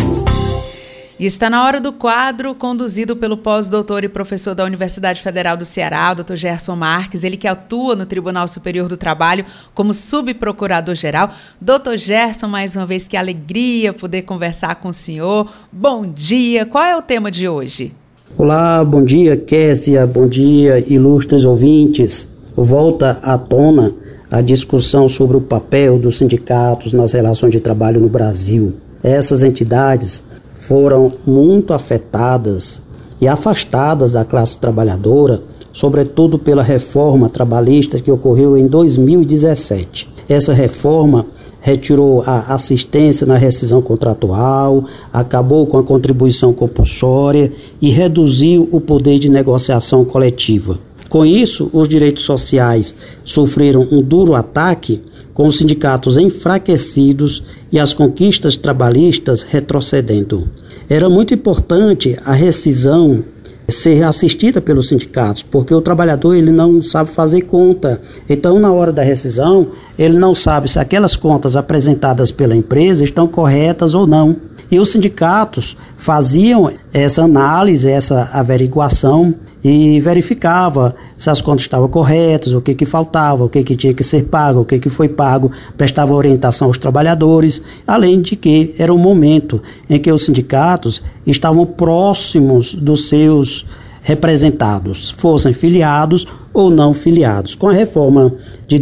E está na hora do quadro conduzido pelo pós-doutor e professor da Universidade Federal do Ceará, o Dr. Gerson Marques, ele que atua no Tribunal Superior do Trabalho como subprocurador-geral. Dr. Gerson, mais uma vez, que alegria poder conversar com o senhor. Bom dia, qual é o tema de hoje? Olá, bom dia, Késia, bom dia, ilustres ouvintes. Volta à tona a discussão sobre o papel dos sindicatos nas relações de trabalho no Brasil. Essas entidades foram muito afetadas e afastadas da classe trabalhadora, sobretudo pela reforma trabalhista que ocorreu em 2017. Essa reforma retirou a assistência na rescisão contratual, acabou com a contribuição compulsória e reduziu o poder de negociação coletiva. Com isso, os direitos sociais sofreram um duro ataque, com os sindicatos enfraquecidos e as conquistas trabalhistas retrocedendo. Era muito importante a rescisão ser assistida pelos sindicatos, porque o trabalhador ele não sabe fazer conta. Então, na hora da rescisão, ele não sabe se aquelas contas apresentadas pela empresa estão corretas ou não. E os sindicatos faziam essa análise, essa averiguação e verificava se as contas estavam corretas, o que faltava, o que tinha que ser pago, o que foi pago, prestava orientação aos trabalhadores, além de que era um momento em que os sindicatos estavam próximos dos seus representados, fossem filiados ou não filiados. Com a reforma de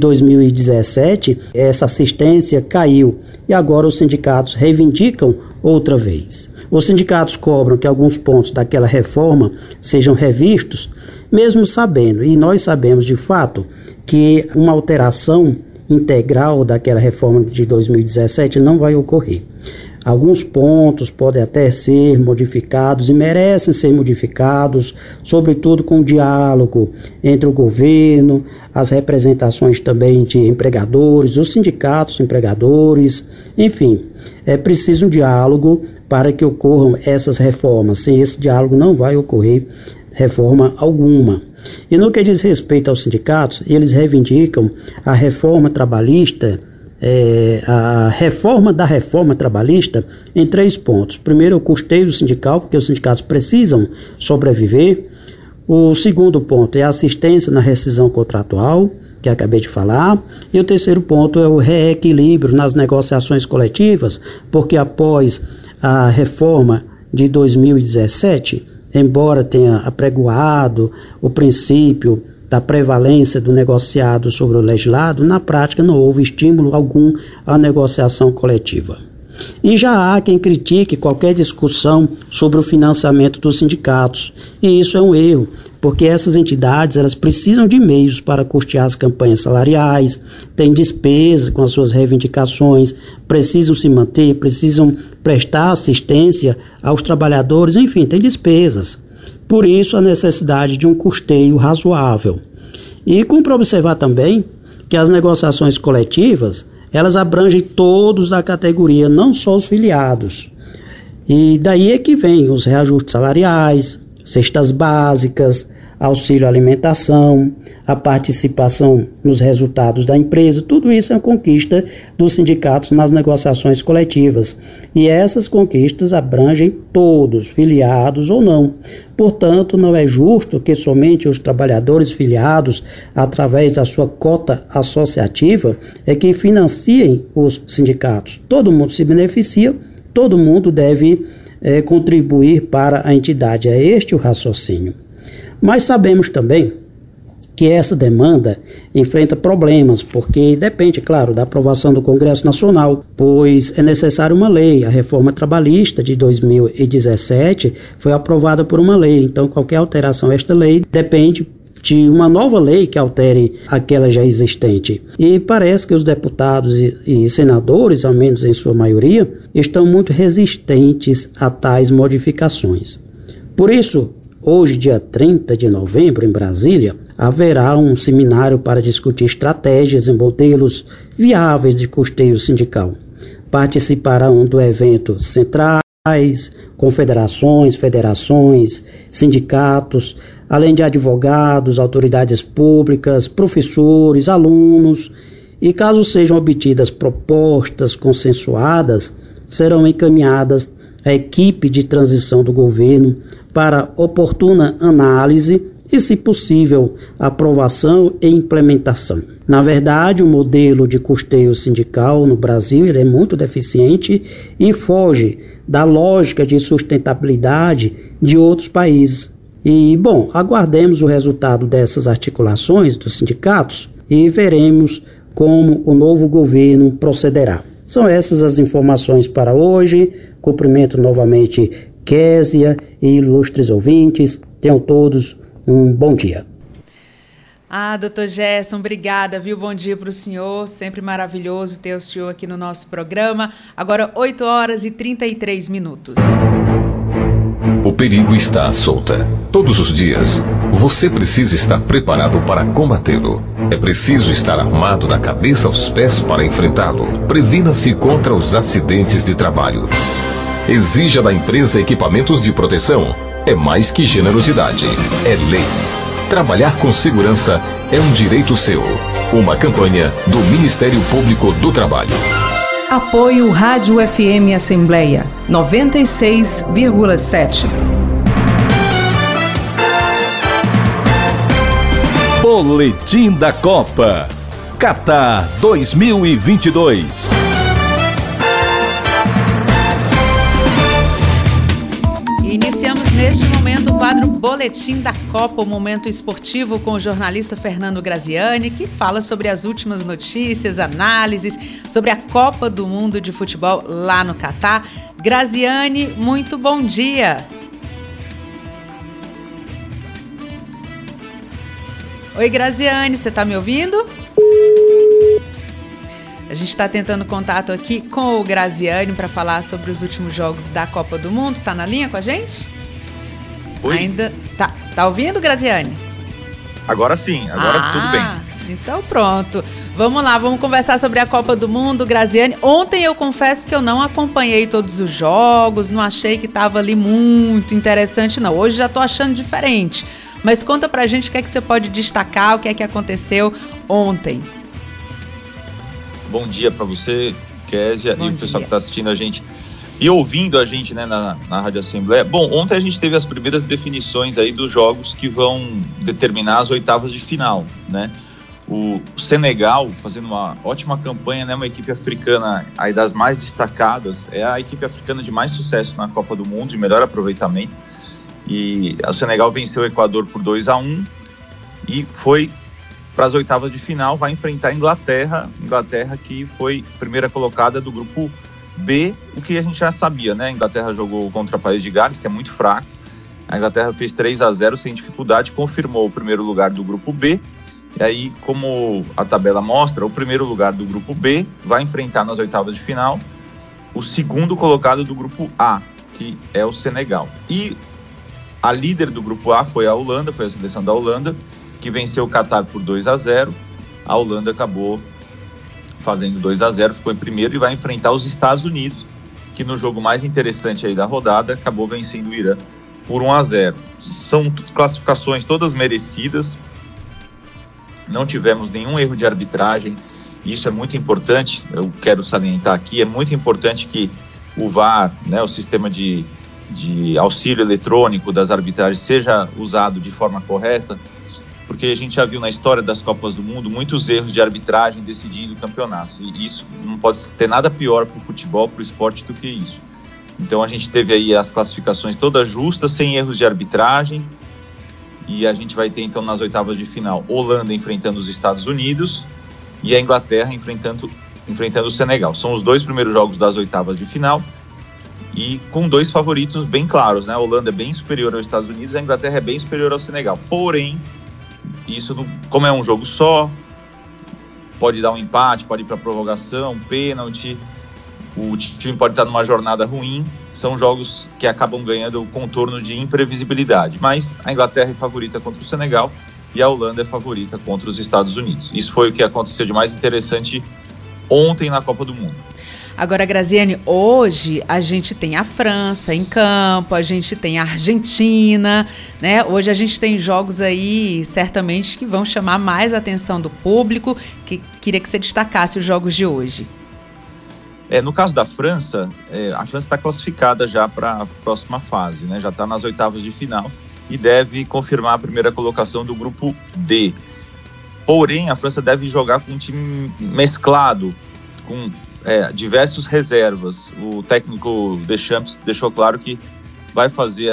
2017, essa assistência caiu e agora os sindicatos reivindicam outra vez. Os sindicatos cobram que alguns pontos daquela reforma sejam revistos, mesmo sabendo, e nós sabemos de fato, que uma alteração integral daquela reforma de 2017 não vai ocorrer. Alguns pontos podem até ser modificados e merecem ser modificados, sobretudo com o diálogo entre o governo, as representações também de empregadores, os sindicatos de empregadores, enfim, é preciso um diálogo para que ocorram essas reformas. Sem esse diálogo não vai ocorrer reforma alguma. E no que diz respeito aos sindicatos, eles reivindicam a reforma trabalhista, a reforma da reforma trabalhista em 3 pontos. Primeiro, o custeio sindical, porque os sindicatos precisam sobreviver. O segundo ponto é a assistência na rescisão contratual, que acabei de falar. E o terceiro ponto é o reequilíbrio nas negociações coletivas, porque após a reforma de 2017, embora tenha apregoado o princípio da prevalência do negociado sobre o legislado, na prática não houve estímulo algum à negociação coletiva. E já há quem critique qualquer discussão sobre o financiamento dos sindicatos, e isso é um erro, porque essas entidades elas precisam de meios para custear as campanhas salariais, têm despesas com as suas reivindicações, precisam se manter, precisam prestar assistência aos trabalhadores, enfim, tem despesas. Por isso, a necessidade de um custeio razoável. E cumpre observar também que as negociações coletivas, elas abrangem todos da categoria, não só os filiados. E daí é que vem os reajustes salariais, cestas básicas, auxílio alimentação, a participação nos resultados da empresa, tudo isso é uma conquista dos sindicatos nas negociações coletivas. E essas conquistas abrangem todos, filiados ou não. Portanto, não é justo que somente os trabalhadores filiados, através da sua cota associativa, é que financiem os sindicatos. Todo mundo se beneficia, todo mundo deve contribuir para a entidade. É este o raciocínio. Mas sabemos também que essa demanda enfrenta problemas, porque depende, claro, da aprovação do Congresso Nacional, pois é necessária uma lei. A reforma trabalhista de 2017 foi aprovada por uma lei, então qualquer alteração a esta lei depende de uma nova lei que altere aquela já existente. E parece que os deputados e senadores, ao menos em sua maioria, estão muito resistentes a tais modificações. Por isso, hoje, dia 30 de novembro, em Brasília, haverá um seminário para discutir estratégias e modelos viáveis de custeio sindical. Participarão do evento centrais, confederações, federações, sindicatos, além de advogados, autoridades públicas, professores, alunos, e caso sejam obtidas propostas consensuadas, serão encaminhadas à equipe de transição do governo para oportuna análise e, se possível, aprovação e implementação. Na verdade, o modelo de custeio sindical no Brasil ele é muito deficiente e foge da lógica de sustentabilidade de outros países. E, bom, aguardemos o resultado dessas articulações dos sindicatos e veremos como o novo governo procederá. São essas as informações para hoje. Cumprimento novamente Késia e ilustres ouvintes. Tenham todos um bom dia. Doutor Gerson, obrigada, viu? Bom dia para o senhor, sempre maravilhoso ter o senhor aqui no nosso programa. Agora 8 horas e 33 minutos. O perigo está à solta. Todos os dias, você precisa estar preparado para combatê-lo. É preciso estar armado da cabeça aos pés para enfrentá-lo. Previna-se contra os acidentes de trabalho. Exija da empresa equipamentos de proteção. É mais que generosidade, é lei. Trabalhar com segurança é um direito seu. Uma campanha do Ministério Público do Trabalho. Apoio Rádio FM Assembleia 96,7. Boletim da Copa Catar 2022. Iniciamos neste momento o quadro Boletim da Copa, o momento esportivo com o jornalista Fernando Graziani, que fala sobre as últimas notícias, análises sobre a Copa do Mundo de Futebol lá no Catar. Graziani, muito bom dia. Oi, Graziani, você está me ouvindo? A gente está tentando contato aqui com o Graziani para falar sobre os últimos jogos da Copa do Mundo. Tá na linha com a gente? Oi? Ainda tá ouvindo, Graziani? Agora sim, agora tudo bem. Então pronto. Vamos lá, vamos conversar sobre a Copa do Mundo, Graziani. Ontem eu confesso que eu não acompanhei todos os jogos, não achei que estava ali muito interessante não. Hoje já tô achando diferente. Mas conta pra gente o que é que você pode destacar, o que é que aconteceu ontem. Bom dia para você, Késia, e o pessoal que está assistindo a gente e ouvindo a gente, né, na Rádio Assembleia. Bom, ontem a gente teve as primeiras definições aí dos jogos que vão determinar as oitavas de final, né? O Senegal fazendo uma ótima campanha, né? Uma equipe africana aí das mais destacadas, é a equipe africana de mais sucesso na Copa do Mundo, de melhor aproveitamento. E o Senegal venceu o Equador por 2-1 e foi para as oitavas de final, vai enfrentar a Inglaterra que foi primeira colocada do grupo B, o que a gente já sabia, né? A Inglaterra jogou contra o País de Gales, que é muito fraco. A Inglaterra fez 3-0 sem dificuldade, confirmou o primeiro lugar do grupo B. E aí, como a tabela mostra, o primeiro lugar do grupo B vai enfrentar nas oitavas de final o segundo colocado do grupo A, que é o Senegal. E a líder do grupo A foi a Holanda, foi a seleção da Holanda, que venceu o Catar por 2-0. A Holanda acabou fazendo 2-0, ficou em primeiro e vai enfrentar os Estados Unidos, que no jogo mais interessante aí da rodada acabou vencendo o Irã por 1-0. São classificações todas merecidas, não tivemos nenhum erro de arbitragem, isso é muito importante, eu quero salientar aqui, é muito importante que o VAR, né, o sistema de auxílio eletrônico das arbitragens, seja usado de forma correta, porque a gente já viu na história das Copas do Mundo muitos erros de arbitragem decidindo campeonatos, e isso não pode ter nada pior para o futebol, para o esporte do que isso. Então a gente teve aí as classificações todas justas, sem erros de arbitragem, e a gente vai ter então nas oitavas de final Holanda enfrentando os Estados Unidos e a Inglaterra enfrentando o Senegal. São os 2 primeiros jogos das oitavas de final, e com 2 favoritos bem claros, né? A Holanda é bem superior aos Estados Unidos, a Inglaterra é bem superior ao Senegal. Porém, isso não, como é um jogo só, pode dar um empate, pode ir para prorrogação, pênalti, o time pode estar numa jornada ruim, são jogos que acabam ganhando o contorno de imprevisibilidade, mas a Inglaterra é favorita contra o Senegal e a Holanda é favorita contra os Estados Unidos. Isso foi o que aconteceu de mais interessante ontem na Copa do Mundo. Agora, Graziane, hoje a gente tem a França em campo, a gente tem a Argentina, né? Hoje a gente tem jogos aí, certamente, que vão chamar mais a atenção do público. Queria que você destacasse os jogos de hoje. No caso da França, a França está classificada já para a próxima fase, né? Já está nas oitavas de final e deve confirmar a primeira colocação do grupo D. Porém, a França deve jogar com um time mesclado, com diversos reservas. O técnico Deschamps deixou claro que vai fazer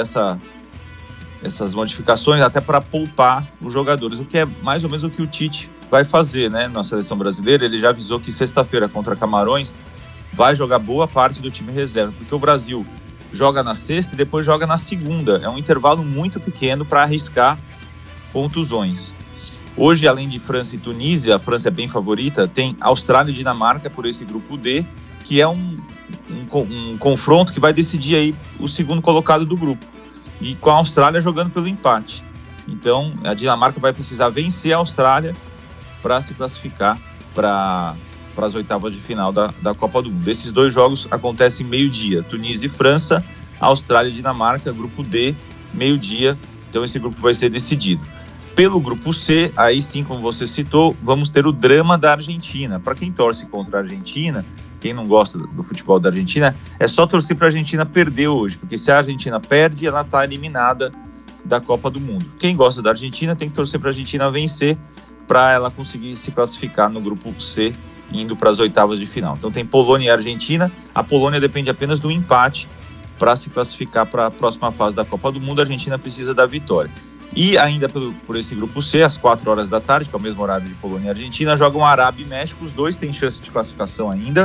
essas modificações até para poupar os jogadores, o que é mais ou menos o que o Tite vai fazer, né, na seleção brasileira. Ele já avisou que sexta-feira contra Camarões vai jogar boa parte do time reserva, porque o Brasil joga na sexta e depois joga na segunda. É um intervalo muito pequeno para arriscar contusões. Hoje, além de França e Tunísia, a França é bem favorita, tem Austrália e Dinamarca por esse grupo D, que é um confronto que vai decidir aí o segundo colocado do grupo, e com a Austrália jogando pelo empate. Então, a Dinamarca vai precisar vencer a Austrália para se classificar para as oitavas de final da Copa do Mundo. Esses 2 jogos acontecem meio-dia, Tunísia e França, Austrália e Dinamarca, grupo D, meio-dia, então esse grupo vai ser decidido. Pelo grupo C, aí sim, como você citou, vamos ter o drama da Argentina. Para quem torce contra a Argentina, quem não gosta do futebol da Argentina, é só torcer para a Argentina perder hoje, porque se a Argentina perde, ela está eliminada da Copa do Mundo. Quem gosta da Argentina tem que torcer para a Argentina vencer, para ela conseguir se classificar no grupo C, indo para as oitavas de final. Então tem Polônia e Argentina. A Polônia depende apenas do empate para se classificar para a próxima fase da Copa do Mundo. A Argentina precisa da vitória. E ainda por esse grupo C, às 4 horas da tarde, que é o mesmo horário de Polônia e Argentina, jogam Arábia e México. Os 2 têm chance de classificação ainda.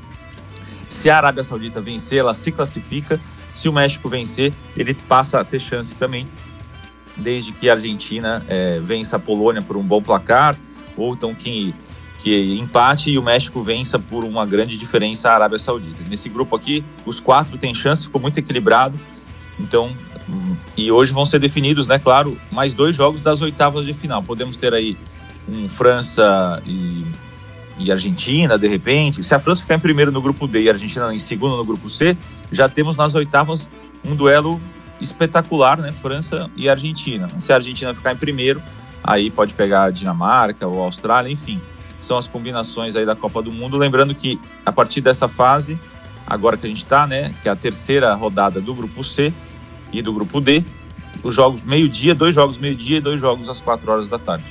Se a Arábia Saudita vencer, ela se classifica. Se o México vencer, ele passa a ter chance também, desde que a Argentina vença a Polônia por um bom placar, ou então que empate e o México vença por uma grande diferença a Arábia Saudita. Nesse grupo aqui, os 4 têm chance, ficou muito equilibrado. Então, e hoje vão ser definidos, né, claro, mais 2 jogos das oitavas de final. Podemos ter aí França e Argentina, de repente. Se a França ficar em primeiro no grupo D e a Argentina em segundo no grupo C, já temos nas oitavas um duelo espetacular, né, França e Argentina. Se a Argentina ficar em primeiro, aí pode pegar a Dinamarca ou a Austrália, enfim. São as combinações aí da Copa do Mundo. Lembrando que a partir dessa fase, agora que a gente está, né, que é a terceira rodada do grupo C e do grupo D, os jogos meio-dia, 2 jogos meio-dia e 2 jogos às 4 horas da tarde.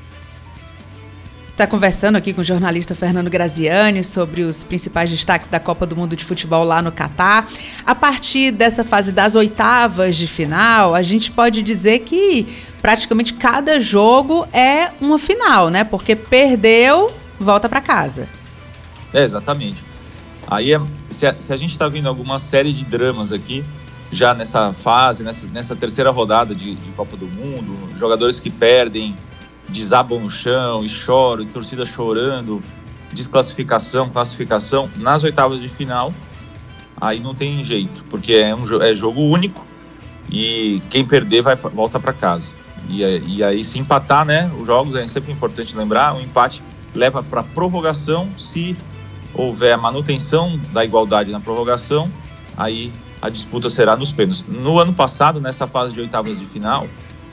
Está conversando aqui com o jornalista Fernando Graziani sobre os principais destaques da Copa do Mundo de Futebol lá no Catar. A partir dessa fase das oitavas de final, a gente pode dizer que praticamente cada jogo é uma final, né? Porque perdeu, volta para casa. Exatamente. Aí, se a gente está vendo alguma série de dramas aqui, já nessa fase, nessa terceira rodada de Copa do Mundo, jogadores que perdem, desabam no chão e choram, e torcida chorando, desclassificação, classificação, nas oitavas de final, aí não tem jeito, porque é jogo único e quem perder volta para casa. E aí, se empatar, né, os jogos, é sempre importante lembrar, o empate leva para prorrogação. Se houver a manutenção da igualdade na prorrogação, aí a disputa será nos pênaltis. No ano passado, nessa fase de oitavas de final,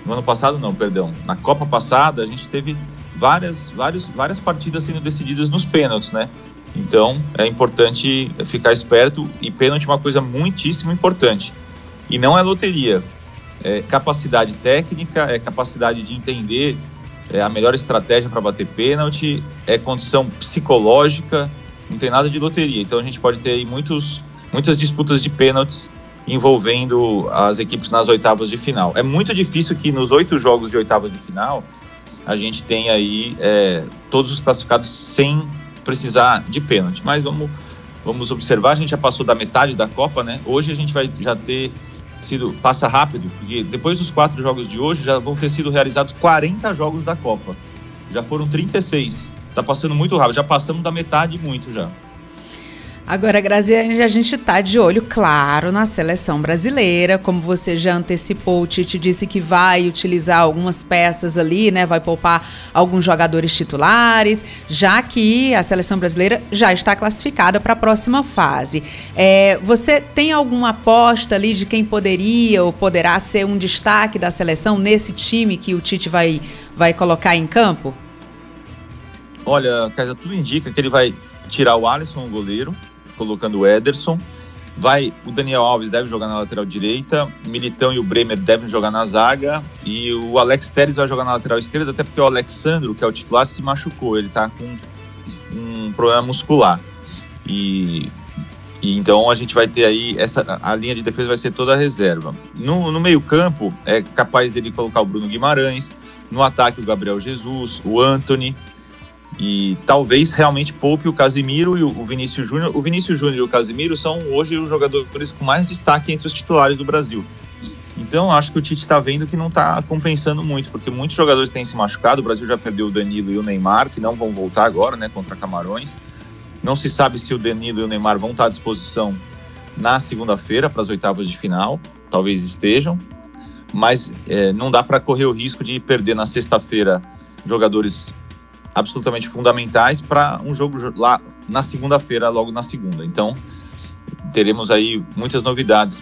na Copa passada, a gente teve várias partidas sendo decididas nos pênaltis, né? Então, é importante ficar esperto, e pênalti é uma coisa muitíssimo importante. E não é loteria, é capacidade técnica, é capacidade de entender a melhor estratégia para bater pênalti, é condição psicológica, não tem nada de loteria. Então, a gente pode ter aí muitas disputas de pênaltis envolvendo as equipes nas oitavas de final. É muito difícil que nos 8 jogos de oitavas de final a gente tenha aí todos os classificados sem precisar de pênalti, mas vamos observar, a gente já passou da metade da Copa, né? Hoje a gente vai já ter passa rápido, porque depois dos 4 jogos de hoje já vão ter sido realizados 40 jogos da Copa, já foram 36, tá passando muito rápido, já passamos da metade muito já. Agora, Graziane, a gente está de olho, claro, na seleção brasileira. Como você já antecipou, o Tite disse que vai utilizar algumas peças ali, né? Vai poupar alguns jogadores titulares, já que a seleção brasileira já está classificada para a próxima fase. Você tem alguma aposta ali de quem poderia ou poderá ser um destaque da seleção nesse time que o Tite vai colocar em campo? Olha, Kézia, tudo indica que ele vai tirar o Alisson, o goleiro, colocando o Ederson. O Daniel Alves deve jogar na lateral direita, Militão e o Bremer devem jogar na zaga, e o Alex Telles vai jogar na lateral esquerda, até porque o Alexandro, que é o titular, se machucou, ele tá com um problema muscular. E então a gente vai ter aí, a linha de defesa vai ser toda a reserva. No meio campo, é capaz dele colocar o Bruno Guimarães, no ataque o Gabriel Jesus, o Antony, e talvez realmente poupe o Casemiro e o Vinícius Júnior. O Vinícius Júnior e o Casemiro são hoje os jogadores com mais destaque entre os titulares do Brasil. Então acho que o Tite está vendo que não está compensando muito, porque muitos jogadores têm se machucado. O Brasil já perdeu o Danilo e o Neymar, que não vão voltar agora, né, contra Camarões. Não se sabe se o Danilo e o Neymar vão estar à disposição na segunda-feira para as oitavas de final, talvez estejam, mas não dá para correr o risco de perder na sexta-feira jogadores absolutamente fundamentais para um jogo lá na segunda-feira, logo na segunda. Então, teremos aí muitas novidades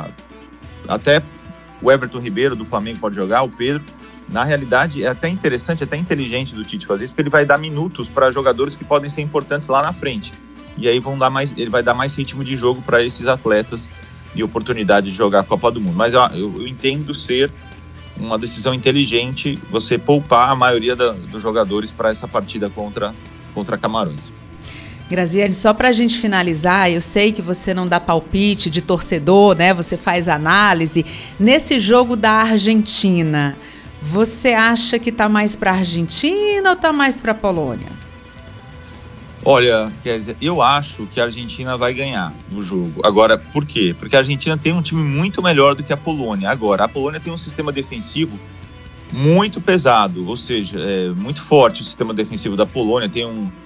até o Everton Ribeiro do Flamengo pode jogar, o Pedro. Na realidade, é até interessante, até inteligente do Tite fazer isso, porque ele vai dar minutos para jogadores que podem ser importantes lá na frente. E aí ele vai dar mais ritmo de jogo para esses atletas e oportunidade de jogar a Copa do Mundo. Mas eu entendo ser uma decisão inteligente você poupar a maioria dos jogadores para essa partida contra Camarões. Graziane, só para a gente finalizar, eu sei que você não dá palpite de torcedor, né? Você faz análise. Nesse jogo da Argentina, você acha que está mais para a Argentina ou está mais para a Polônia? Olha, Kézia, eu acho que a Argentina vai ganhar o jogo. Agora, por quê? Porque a Argentina tem um time muito melhor do que a Polônia. Agora, a Polônia tem um sistema defensivo muito pesado, ou seja, muito forte o sistema defensivo da Polônia. Tem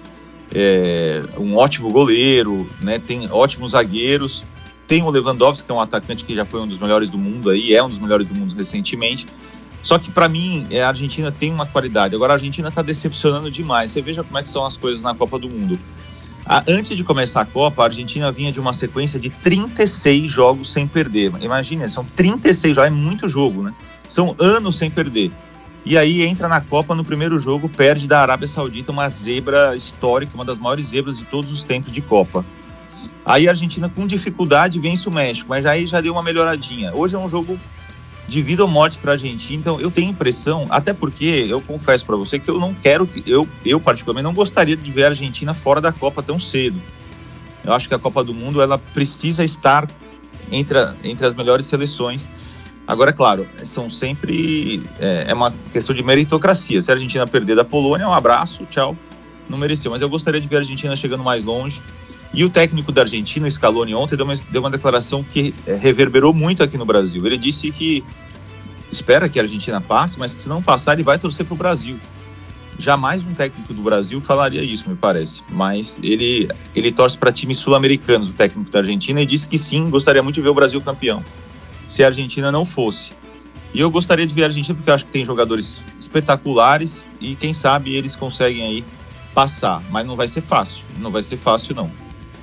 um ótimo goleiro, né? Tem ótimos zagueiros. Tem o Lewandowski, que é um atacante que já foi um dos melhores do mundo, é um dos melhores do mundo recentemente. Só que, para mim, a Argentina tem uma qualidade. Agora, a Argentina está decepcionando demais. Você veja como é que são as coisas na Copa do Mundo. Antes de começar a Copa, a Argentina vinha de uma sequência de 36 jogos sem perder. Imagina, são 36 jogos, é muito jogo, né? São anos sem perder. E aí entra na Copa, no primeiro jogo, perde da Arábia Saudita, uma zebra histórica, uma das maiores zebras de todos os tempos de Copa. Aí a Argentina, com dificuldade, vence o México, mas aí já deu uma melhoradinha. Hoje é um jogo de vida ou morte para a Argentina, então eu tenho impressão, até porque eu confesso para você que eu não quero, eu particularmente não gostaria de ver a Argentina fora da Copa tão cedo. Eu acho que a Copa do Mundo ela precisa estar entre as melhores seleções. Agora, é claro, são sempre é uma questão de meritocracia. Se a Argentina perder da Polônia, um abraço, tchau, não mereceu. Mas eu gostaria de ver a Argentina chegando mais longe. E o técnico da Argentina, o Scaloni, ontem deu uma declaração que reverberou muito aqui no Brasil. Ele disse que espera que a Argentina passe, mas que se não passar, ele vai torcer para o Brasil. Jamais um técnico do Brasil falaria isso, me parece. Mas ele torce para times sul-americanos, o técnico da Argentina, e disse que sim, gostaria muito de ver o Brasil campeão, se a Argentina não fosse. E eu gostaria de ver a Argentina porque eu acho que tem jogadores espetaculares e quem sabe eles conseguem aí passar. Mas não vai ser fácil, não.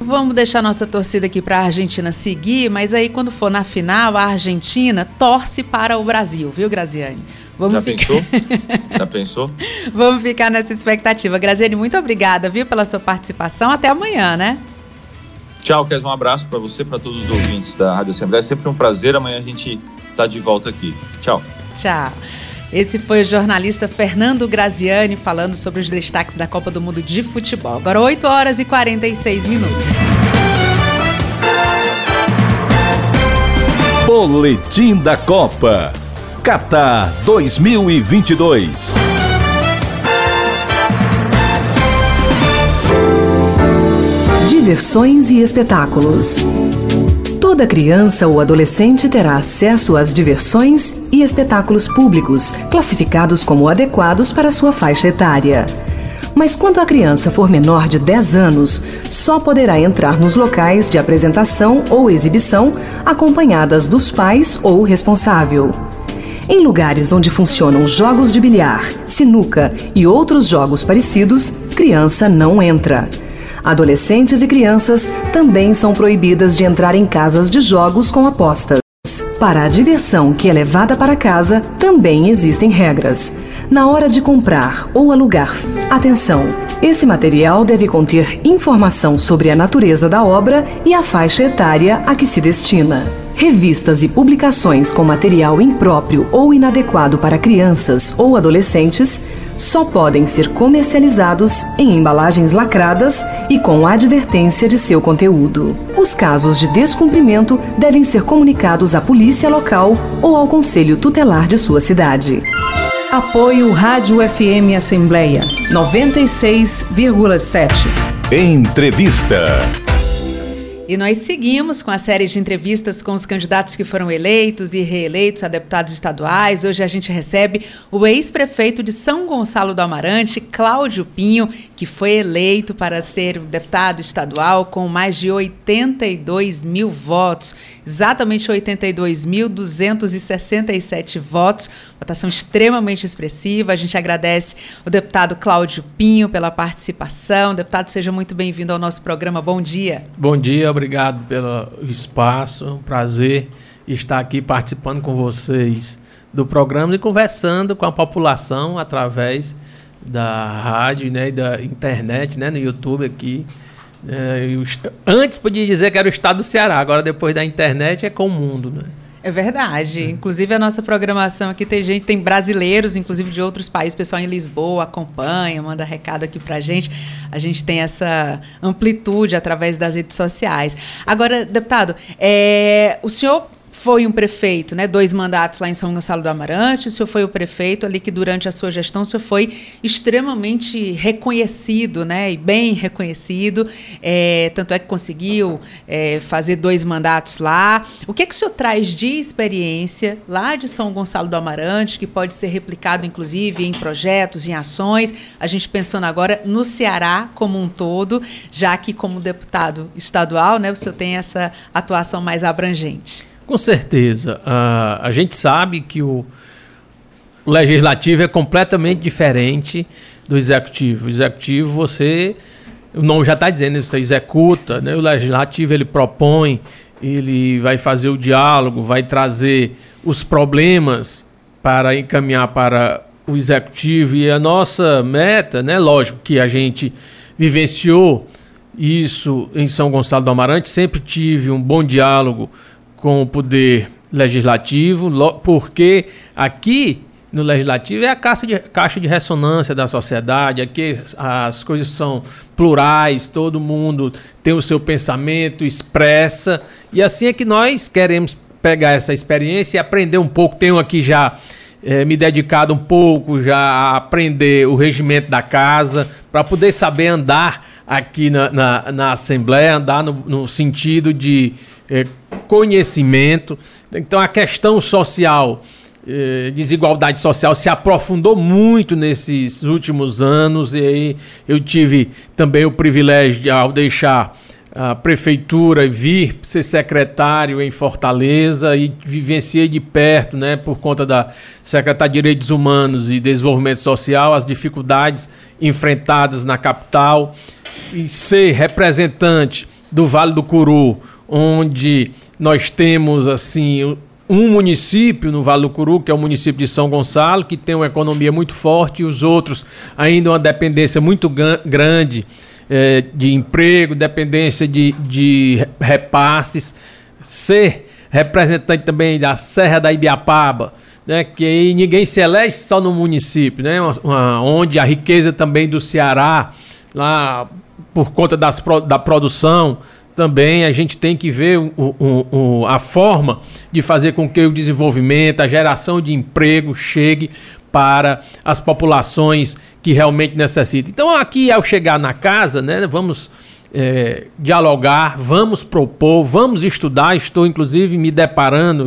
Vamos deixar nossa torcida aqui para a Argentina seguir, mas aí quando for na final, a Argentina torce para o Brasil, viu, Graziane? Já pensou? Vamos ficar nessa expectativa. Graziane, muito obrigada, viu, pela sua participação. Até amanhã, né? Tchau, Kézia. Um abraço para você, para todos os ouvintes da Rádio Assembleia. É sempre um prazer. Amanhã a gente está de volta aqui. Tchau. Tchau. Esse foi o jornalista Fernando Graziani falando sobre os destaques da Copa do Mundo de Futebol. Agora 8h46. Boletim da Copa Catar 2022. Diversões e espetáculos. Toda criança ou adolescente terá acesso às diversões e espetáculos públicos, classificados como adequados para sua faixa etária. Mas quando a criança for menor de 10 anos, só poderá entrar nos locais de apresentação ou exibição acompanhadas dos pais ou responsável. Em lugares onde funcionam jogos de bilhar, sinuca e outros jogos parecidos, criança não entra. Adolescentes e crianças também são proibidas de entrar em casas de jogos com apostas. Para a diversão que é levada para casa, também existem regras. Na hora de comprar ou alugar, atenção! Esse material deve conter informação sobre a natureza da obra e a faixa etária a que se destina. Revistas e publicações com material impróprio ou inadequado para crianças ou adolescentes só podem ser comercializados em embalagens lacradas e com advertência de seu conteúdo. Os casos de descumprimento devem ser comunicados à polícia local ou ao conselho tutelar de sua cidade. Apoio Rádio FM Assembleia 96,7. Entrevista. E nós seguimos com a série de entrevistas com os candidatos que foram eleitos e reeleitos a deputados estaduais. Hoje a gente recebe o ex-prefeito de São Gonçalo do Amarante, Cláudio Pinho, que foi eleito para ser deputado estadual com mais de 82 mil votos. Exatamente 82.267 votos. Votação extremamente expressiva. A gente agradece o deputado Cláudio Pinho pela participação. Deputado, seja muito bem-vindo ao nosso programa. Bom dia. Bom dia, obrigado pelo espaço. É um prazer estar aqui participando com vocês do programa e conversando com a população através da rádio, né, e da internet, né, no YouTube aqui. Antes podia dizer que era o estado do Ceará, agora depois da internet é com o mundo, né? É verdade. Inclusive a nossa programação aqui tem brasileiros, inclusive de outros países, pessoal em Lisboa acompanha, manda recado aqui pra gente. A gente tem essa amplitude através das redes sociais. Agora, deputado, o senhor foi um prefeito, né, 2 mandatos lá em São Gonçalo do Amarante, o senhor foi o prefeito ali que durante a sua gestão o senhor foi extremamente reconhecido, né, e bem reconhecido, tanto é que conseguiu fazer 2 mandatos lá. O que é que o senhor traz de experiência lá de São Gonçalo do Amarante, que pode ser replicado inclusive em projetos, em ações, a gente pensando agora no Ceará como um todo, já que como deputado estadual, né, o senhor tem essa atuação mais abrangente? Com certeza. A gente sabe que o legislativo é completamente diferente do executivo. O executivo, o nome já está dizendo, você executa, né? O legislativo, ele propõe, ele vai fazer o diálogo, vai trazer os problemas para encaminhar para o executivo. E a nossa meta, né? Lógico que a gente vivenciou isso em São Gonçalo do Amarante, sempre tive um bom diálogo com o poder legislativo, porque aqui no legislativo é a caixa de ressonância da sociedade, aqui as coisas são plurais, todo mundo tem o seu pensamento, expressa, e assim é que nós queremos pegar essa experiência e aprender um pouco. Tenho aqui já me dedicado um pouco já a aprender o regimento da casa, para poder saber andar aqui na Assembleia, andar no sentido de conhecimento. Então a questão social, desigualdade social se aprofundou muito nesses últimos anos, e aí eu tive também o privilégio de, ao deixar a prefeitura, vir ser secretário em Fortaleza, e vivenciei de perto, né, por conta da Secretaria de Direitos Humanos e Desenvolvimento Social, as dificuldades enfrentadas na capital, e ser representante do Vale do Curu, onde nós temos assim um município no Vale do Curu, que é o município de São Gonçalo, que tem uma economia muito forte, e os outros ainda uma dependência muito grande de emprego, dependência de repasses. Ser representante também da Serra da Ibiapaba, né, que aí ninguém se elege só no município, né, onde a riqueza também do Ceará, lá por conta da produção, também a gente tem que ver a forma de fazer com que o desenvolvimento, a geração de emprego chegue para as populações que realmente necessitam. Então aqui, ao chegar na casa, né, vamos dialogar, vamos propor, vamos estudar. Estou inclusive me debruçando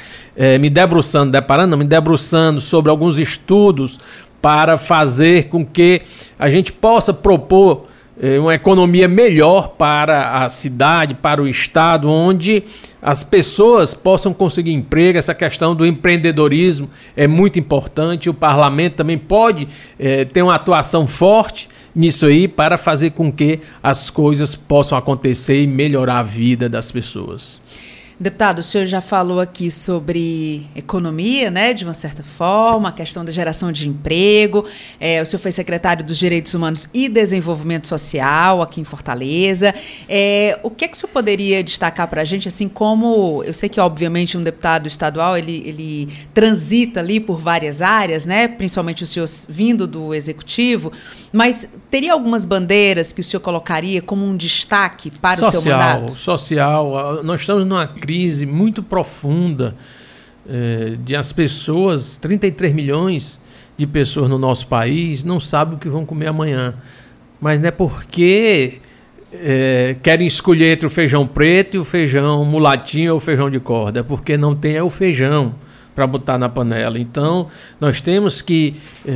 sobre alguns estudos para fazer com que a gente possa propor uma economia melhor para a cidade, para o estado, onde as pessoas possam conseguir emprego. Essa questão do empreendedorismo é muito importante. O parlamento também pode ter uma atuação forte nisso aí para fazer com que as coisas possam acontecer e melhorar a vida das pessoas. Deputado, o senhor já falou aqui sobre economia, né, de uma certa forma, a questão da geração de emprego. O senhor foi secretário dos Direitos Humanos e Desenvolvimento Social aqui em Fortaleza. O que é que o senhor poderia destacar para a gente, assim como, eu sei que obviamente um deputado estadual, ele transita ali por várias áreas, né, principalmente o senhor vindo do Executivo, mas teria algumas bandeiras que o senhor colocaria como um destaque para o seu mandato? Social. Nós estamos numa crise muito profunda de as pessoas, 33 milhões de pessoas no nosso país não sabem o que vão comer amanhã. Mas não é porque querem escolher entre o feijão preto e o feijão mulatinho ou o feijão de corda, é porque não tem o feijão para botar na panela. Então, nós temos que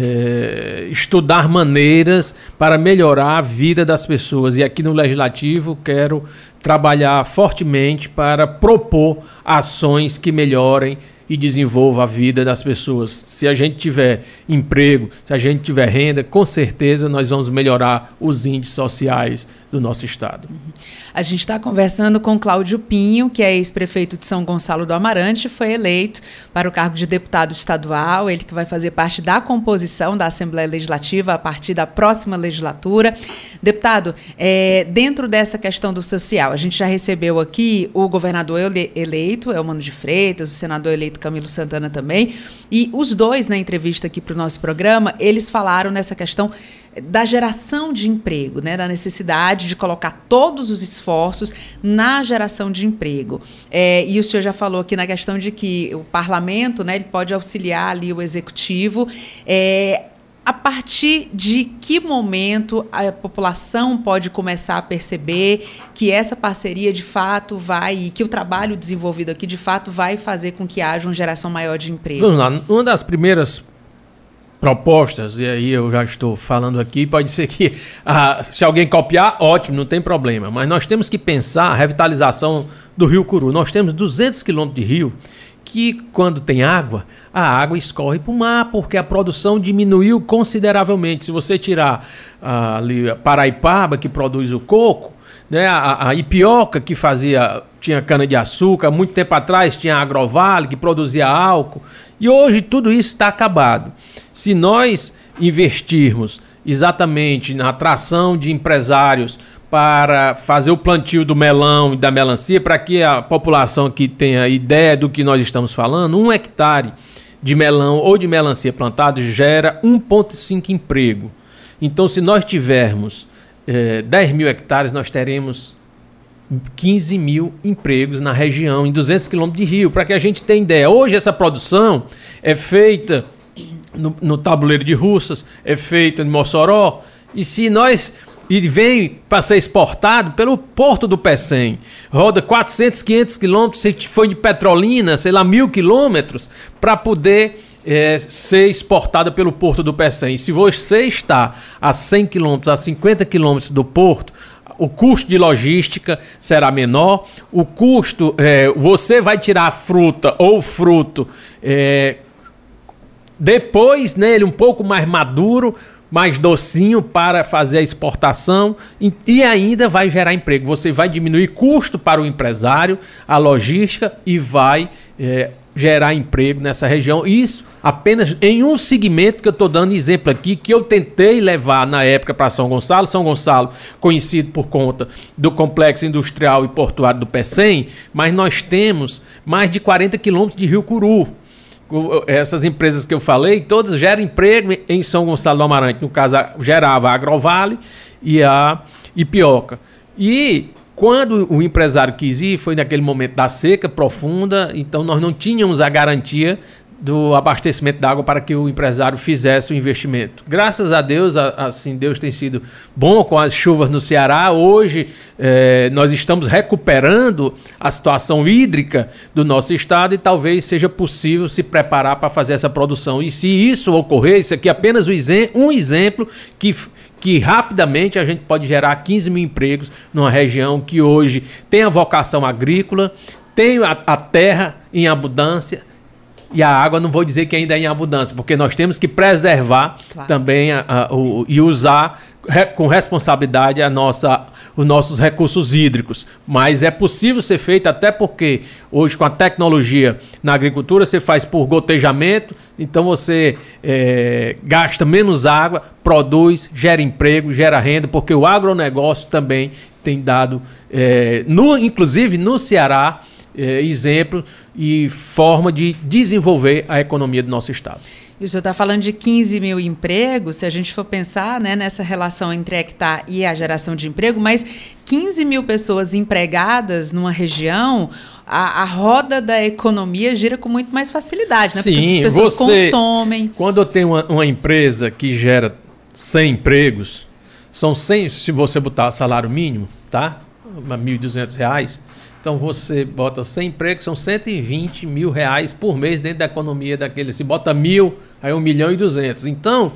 estudar maneiras para melhorar a vida das pessoas. E aqui no Legislativo quero trabalhar fortemente para propor ações que melhorem e desenvolvam a vida das pessoas. Se a gente tiver emprego, se a gente tiver renda, com certeza nós vamos melhorar os índices sociais do nosso estado. A gente está conversando com Cláudio Pinho, que é ex-prefeito de São Gonçalo do Amarante, foi eleito para o cargo de deputado estadual, ele que vai fazer parte da composição da Assembleia Legislativa a partir da próxima legislatura. Deputado, dentro dessa questão do social, a gente já recebeu aqui o governador eleito, Eumano de Freitas, o senador eleito Camilo Santana também, e os dois, na entrevista aqui para o nosso programa, eles falaram nessa questão da geração de emprego, né, da necessidade de colocar todos os esforços na geração de emprego. E o senhor já falou aqui na questão de que o parlamento, né, ele pode auxiliar ali o executivo. A partir de que momento a população pode começar a perceber que essa parceria de fato vai, que o trabalho desenvolvido aqui de fato vai fazer com que haja uma geração maior de emprego? Vamos lá, uma das primeiras propostas, e aí eu já estou falando aqui, pode ser que se alguém copiar, ótimo, não tem problema, mas nós temos que pensar a revitalização do Rio Curu. Nós temos 200 quilômetros de rio que, quando tem água, a água escorre para o mar, porque a produção diminuiu consideravelmente. Se você tirar ali a Paraipaba, que produz o coco, né, a Ipioca, que tinha cana-de-açúcar, muito tempo atrás tinha a Agrovale, que produzia álcool, e hoje tudo isso está acabado. Se nós investirmos exatamente na atração de empresários para fazer o plantio do melão e da melancia, para que a população aqui tenha ideia do que nós estamos falando, 1 hectare de melão ou de melancia plantado gera 1,5 emprego. Então, se nós tivermos 10 mil hectares, nós teremos 15 mil empregos na região, em 200 quilômetros de rio, para que a gente tenha ideia. Hoje essa produção é feita no tabuleiro de Russas, é feita em Mossoró, e vem para ser exportado pelo Porto do Pecém. Roda 400, 500 quilômetros, se foi de Petrolina, sei lá, 1.000 quilômetros, para poder ser exportada pelo Porto do Pecém. Se você está a 100 quilômetros, a 50 quilômetros do porto, o custo de logística será menor, o custo, você vai tirar a fruta ou o fruto depois, né, ele um pouco mais maduro, mais docinho para fazer a exportação e ainda vai gerar emprego. Você vai diminuir custo para o empresário, a logística e vai gerar emprego nessa região. Isso apenas em um segmento que eu estou dando exemplo aqui, que eu tentei levar na época para São Gonçalo. São Gonçalo, conhecido por conta do Complexo Industrial e Portuário do Pecém, mas nós temos mais de 40 quilômetros de Rio Curu. Essas empresas que eu falei, todas geram emprego em São Gonçalo do Amarante. No caso, gerava a Agrovale e a Ipioca. E quando o empresário quis ir, foi naquele momento da seca profunda, então nós não tínhamos a garantia do abastecimento d'água para que o empresário fizesse o investimento. Graças a Deus, assim, Deus tem sido bom com as chuvas no Ceará. Hoje nós estamos recuperando a situação hídrica do nosso estado e talvez seja possível se preparar para fazer essa produção. E se isso ocorrer, isso aqui é apenas um exemplo que rapidamente a gente pode gerar 15 mil empregos numa região que hoje tem a vocação agrícola, tem a terra em abundância, e a água, não vou dizer que ainda é em abundância, porque nós temos que preservar também e usar com responsabilidade os nossos recursos hídricos. Mas é possível ser feito, até porque hoje com a tecnologia na agricultura você faz por gotejamento, então você gasta menos água, produz, gera emprego, gera renda, porque o agronegócio também tem dado, inclusive no Ceará, exemplo e forma de desenvolver a economia do nosso estado. E o senhor está falando de 15 mil empregos, se a gente for pensar, né, nessa relação entre hectare e a geração de emprego, mas 15 mil pessoas empregadas numa região, a roda da economia gira com muito mais facilidade, né? Sim, porque as pessoas consomem. Quando eu tenho uma empresa que gera 100 empregos, são 100, se você botar salário mínimo, tá? R$ 1.200, então você bota 100 empregos, são 120 mil reais por mês dentro da economia daquele. Se bota 1.000, aí 1.200.000. Então,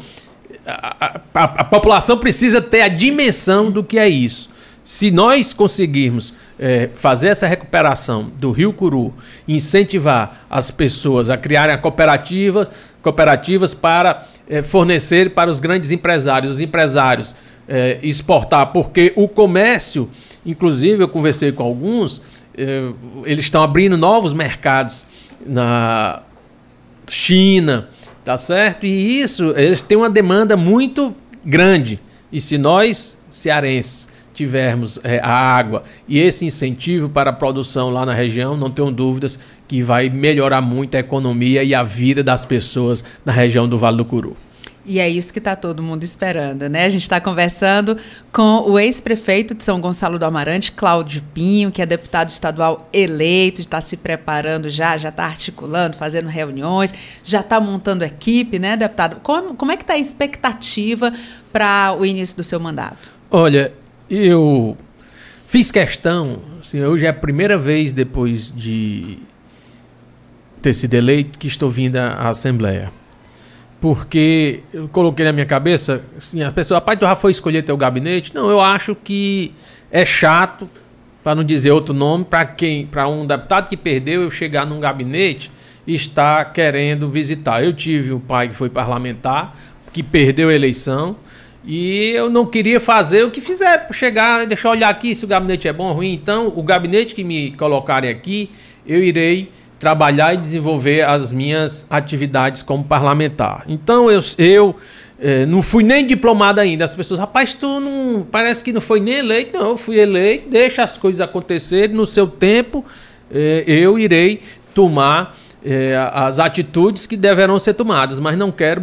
a população precisa ter a dimensão do que é isso. Se nós conseguirmos fazer essa recuperação do Rio Curu, incentivar as pessoas a criarem cooperativas para fornecer para os grandes empresários, os empresários exportar, porque o comércio, inclusive eu conversei com alguns, eles estão abrindo novos mercados na China, tá certo? E isso, eles têm uma demanda muito grande. E se nós, cearenses, tivermos a água e esse incentivo para a produção lá na região, não tenho dúvidas que vai melhorar muito a economia e a vida das pessoas na região do Vale do Curu. E é isso que está todo mundo esperando, né? A gente está conversando com o ex-prefeito de São Gonçalo do Amarante, Cláudio Pinho, que é deputado estadual eleito, está se preparando já está articulando, fazendo reuniões, já está montando equipe, né, deputado? Como é que está a expectativa para o início do seu mandato? Olha, eu fiz questão, assim, hoje é a primeira vez depois de ter sido eleito que estou vindo à Assembleia. Porque eu coloquei na minha cabeça, assim, a pessoa, rapaz, tu já foi escolher teu gabinete? Não, eu acho que é chato, para não dizer outro nome, para um deputado que perdeu, eu chegar num gabinete e estar querendo visitar. Eu tive um pai que foi parlamentar, que perdeu a eleição, e eu não queria fazer o que fizeram, chegar e deixar olhar aqui se o gabinete é bom ou ruim. Então, o gabinete que me colocarem aqui, eu irei trabalhar e desenvolver as minhas atividades como parlamentar. Então, eu não fui nem diplomado ainda. As pessoas, rapaz, tu não, parece que não foi nem eleito. Não, eu fui eleito, deixa as coisas acontecerem. No seu tempo, eu irei tomar as atitudes que deverão ser tomadas, mas não quero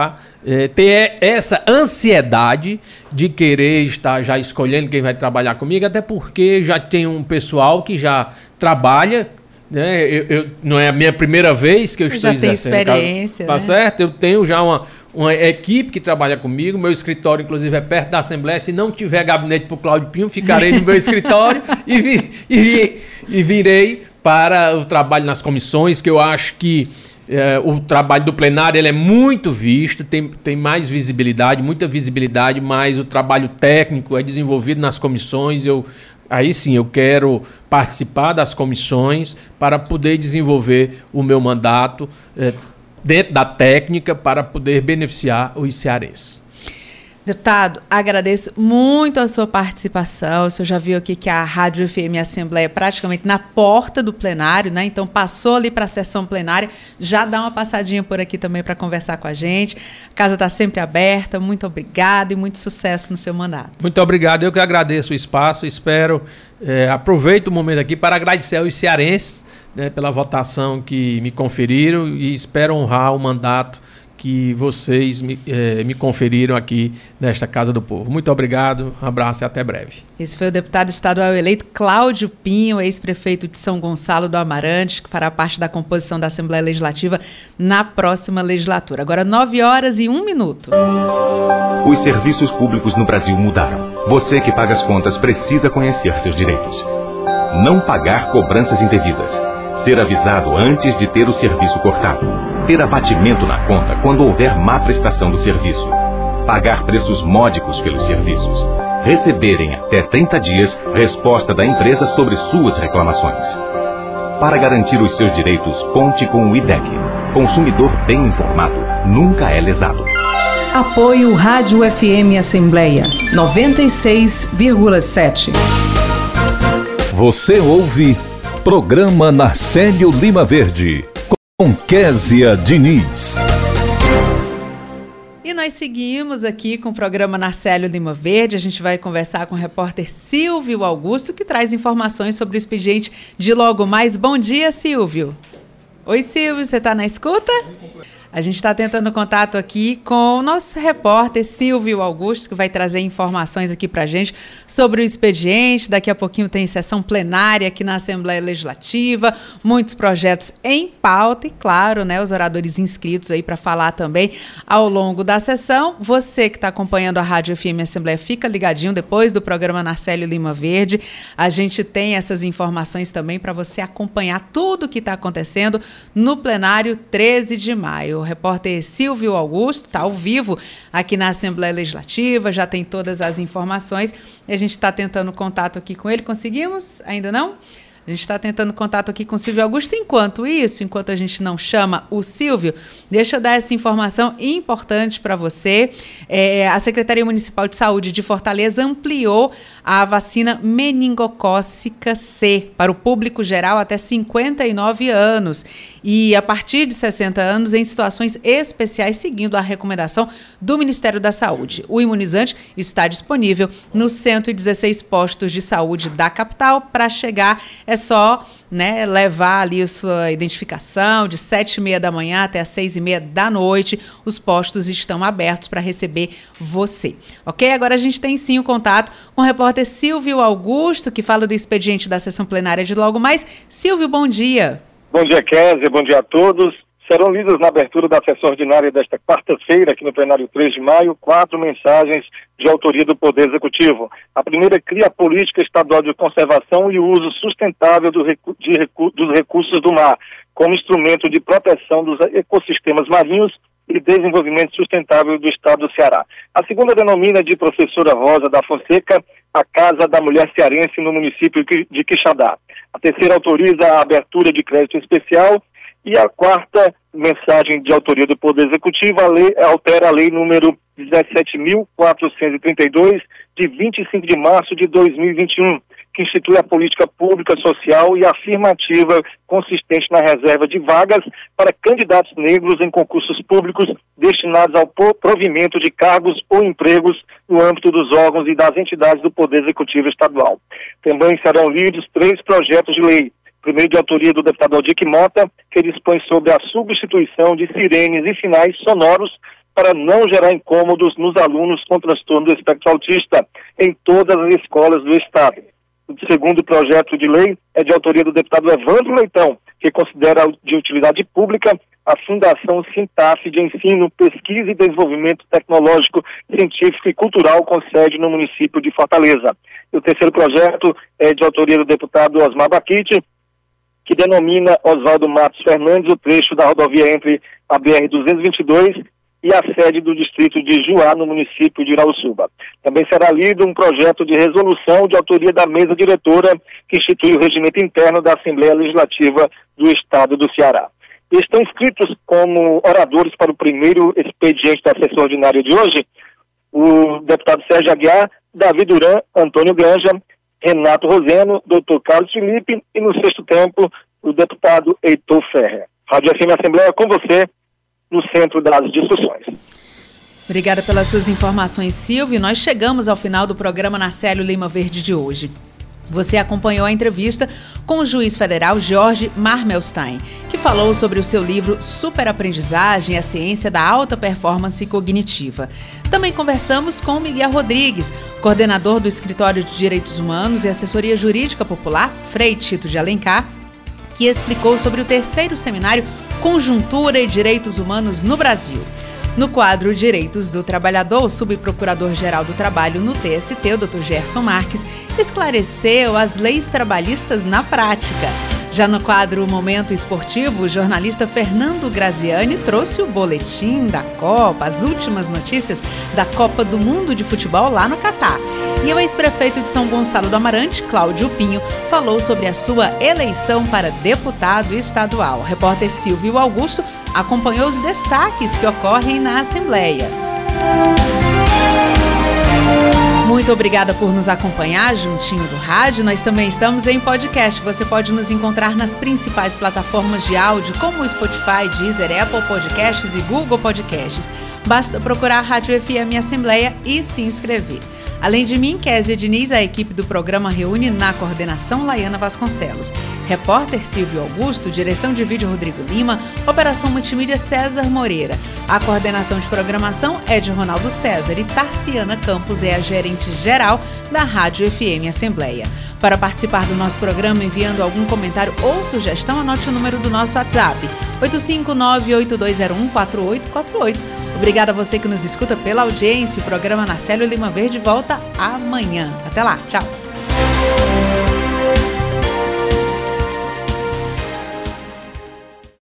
ter essa ansiedade de querer estar já escolhendo quem vai trabalhar comigo, até porque já tem um pessoal que já trabalha, né? Não é a minha primeira vez que eu estou exercendo. Já tem experiência, tá, né? Certo? Eu tenho já uma equipe que trabalha comigo, meu escritório inclusive é perto da Assembleia. Se não tiver gabinete para o Cláudio Pinho, ficarei no meu escritório e virei para o trabalho nas comissões, que eu acho que o trabalho do plenário ele é muito visto, tem mais visibilidade, muita visibilidade, mas o trabalho técnico é desenvolvido nas comissões. Aí sim, eu quero participar das comissões para poder desenvolver o meu mandato dentro da técnica para poder beneficiar os cearenses. Deputado, agradeço muito a sua participação. O senhor já viu aqui que a Rádio FM Assembleia é praticamente na porta do plenário, né? Então passou ali para a sessão plenária, já dá uma passadinha por aqui também para conversar com a gente. A casa está sempre aberta. Muito obrigado e muito sucesso no seu mandato. Muito obrigado. Eu que agradeço o espaço. Espero, aproveito o momento aqui para agradecer aos cearenses, né, pela votação que me conferiram e espero honrar o mandato que vocês me conferiram aqui nesta Casa do Povo. Muito obrigado, um abraço e até breve. Esse foi o deputado estadual eleito Cláudio Pinho, ex-prefeito de São Gonçalo do Amarante, que fará parte da composição da Assembleia Legislativa na próxima legislatura. Agora 9h01. Os serviços públicos no Brasil mudaram. Você que paga as contas precisa conhecer seus direitos. Não pagar cobranças indevidas. Ser avisado antes de ter o serviço cortado. Ter abatimento na conta quando houver má prestação do serviço. Pagar preços módicos pelos serviços. Receberem até 30 dias resposta da empresa sobre suas reclamações. Para garantir os seus direitos, conte com o IDEC. Consumidor bem informado nunca é lesado. Apoio Rádio FM Assembleia 96,7. Você ouve Programa Narcélio Lima Verde, com Késia Diniz. E nós seguimos aqui com o programa Narcélio Lima Verde. A gente vai conversar com o repórter Silvio Augusto, que traz informações sobre o expediente de logo mais. Bom dia, Silvio. Oi, Silvio, você está na escuta? A gente está tentando contato aqui com o nosso repórter Silvio Augusto, que vai trazer informações aqui para a gente sobre o expediente. Daqui a pouquinho tem sessão plenária aqui na Assembleia Legislativa, muitos projetos em pauta e, claro, né, os oradores inscritos aí para falar também ao longo da sessão. Você que está acompanhando a Rádio FM Assembleia, fica ligadinho depois do programa Narcélio Lima Verde. A gente tem essas informações também para você acompanhar tudo o que está acontecendo no plenário 13 de maio. O repórter Silvio Augusto está ao vivo aqui na Assembleia Legislativa, já tem todas as informações e a gente está tentando contato aqui com ele. Conseguimos? Ainda não? A gente está tentando contato aqui com o Silvio Augusto. Enquanto isso, enquanto a gente não chama o Silvio, deixa eu dar essa informação importante para você. A Secretaria Municipal de Saúde de Fortaleza ampliou a vacina meningocócica C para o público geral até 59 anos e a partir de 60 anos em situações especiais, seguindo a recomendação do Ministério da Saúde. O imunizante está disponível nos 116 postos de saúde da capital. Para chegar, é só, né, levar ali a sua identificação de 7h30 da manhã até as 6h30 da noite. Os postos estão abertos para receber você. Ok? Agora a gente tem sim o contato com o repórter Silvio Augusto, que fala do expediente da sessão plenária de logo mais. Silvio, bom dia. Bom dia, Késia. Bom dia a todos. Serão lidas na abertura da sessão ordinária desta quarta-feira, aqui no plenário 3 de maio, 4 mensagens de autoria do Poder Executivo. A primeira cria a política estadual de conservação e uso sustentável dos recursos do mar, como instrumento de proteção dos ecossistemas marinhos e desenvolvimento sustentável do Estado do Ceará. A segunda denomina de professora Rosa da Fonseca a Casa da Mulher Cearense no município de Quixadá. A terceira autoriza a abertura de crédito especial. E a quarta mensagem de autoria do Poder Executivo altera a lei número 17.432, de 25 de março de 2021, que institui a política pública social e afirmativa consistente na reserva de vagas para candidatos negros em concursos públicos destinados ao provimento de cargos ou empregos no âmbito dos órgãos e das entidades do Poder Executivo Estadual. Também serão lidos 3 projetos de lei. Primeiro de autoria do deputado Aldir Mota, que dispõe sobre a substituição de sirenes e sinais sonoros para não gerar incômodos nos alunos com transtorno do espectro autista em todas as escolas do Estado. O segundo projeto de lei é de autoria do deputado Evandro Leitão, que considera de utilidade pública a Fundação Sintaf de Ensino, Pesquisa e Desenvolvimento Tecnológico, Científico e Cultural com sede no município de Fortaleza. E o terceiro projeto é de autoria do deputado Osmar Baquite, que denomina Oswaldo Matos Fernandes o trecho da rodovia entre a BR-222 e a sede do distrito de Juá, no município de Irauçuba. Também será lido um projeto de resolução de autoria da mesa diretora que institui o regimento interno da Assembleia Legislativa do Estado do Ceará. Estão inscritos como oradores para o primeiro expediente da sessão ordinária de hoje o deputado Sérgio Aguiar, Davi Duran, Antônio Granja, Renato Roseno, Dr. Carlos Felipe e, no sexto tempo, o deputado Heitor Ferrer. Rádio FM Assembleia com você, no centro das discussões. Obrigada pelas suas informações, Silvio. Nós chegamos ao final do programa Narcélio Lima Verde de hoje. Você acompanhou a entrevista com o juiz federal Jorge Marmelstein, que falou sobre o seu livro Superaprendizagem, a ciência da alta performance cognitiva. Também conversamos com Miguel Rodrigues, coordenador do Escritório de Direitos Humanos e Assessoria Jurídica Popular, Frei Tito de Alencar, que explicou sobre o terceiro seminário Conjuntura e Direitos Humanos no Brasil. No quadro Direitos do Trabalhador, o subprocurador-geral do Trabalho no TST, o Dr. Gerson Marques, esclareceu as leis trabalhistas na prática. Já no quadro Momento Esportivo, o jornalista Fernando Graziani trouxe o boletim da Copa, as últimas notícias da Copa do Mundo de Futebol lá no Catar. E o ex-prefeito de São Gonçalo do Amarante, Cláudio Pinho, falou sobre a sua eleição para deputado estadual. O repórter Silvio Augusto acompanhou os destaques que ocorrem na Assembleia. Muito obrigada por nos acompanhar juntinho do rádio. Nós também estamos em podcast. Você pode nos encontrar nas principais plataformas de áudio, como o Spotify, Deezer, Apple Podcasts e Google Podcasts. Basta procurar a Rádio FM Assembleia e se inscrever. Além de mim, Kézia Diniz, a equipe do programa reúne na coordenação Laiana Vasconcelos. Repórter Silvio Augusto, direção de vídeo Rodrigo Lima, operação multimídia César Moreira. A coordenação de programação é de Ronaldo César e Tarciana Campos é a gerente geral da Rádio FM Assembleia. Para participar do nosso programa enviando algum comentário ou sugestão, anote o número do nosso WhatsApp, 859-8201-4848. Obrigada a você que nos escuta pela audiência. O programa Narcélio Lima Verde volta amanhã. Até lá, tchau.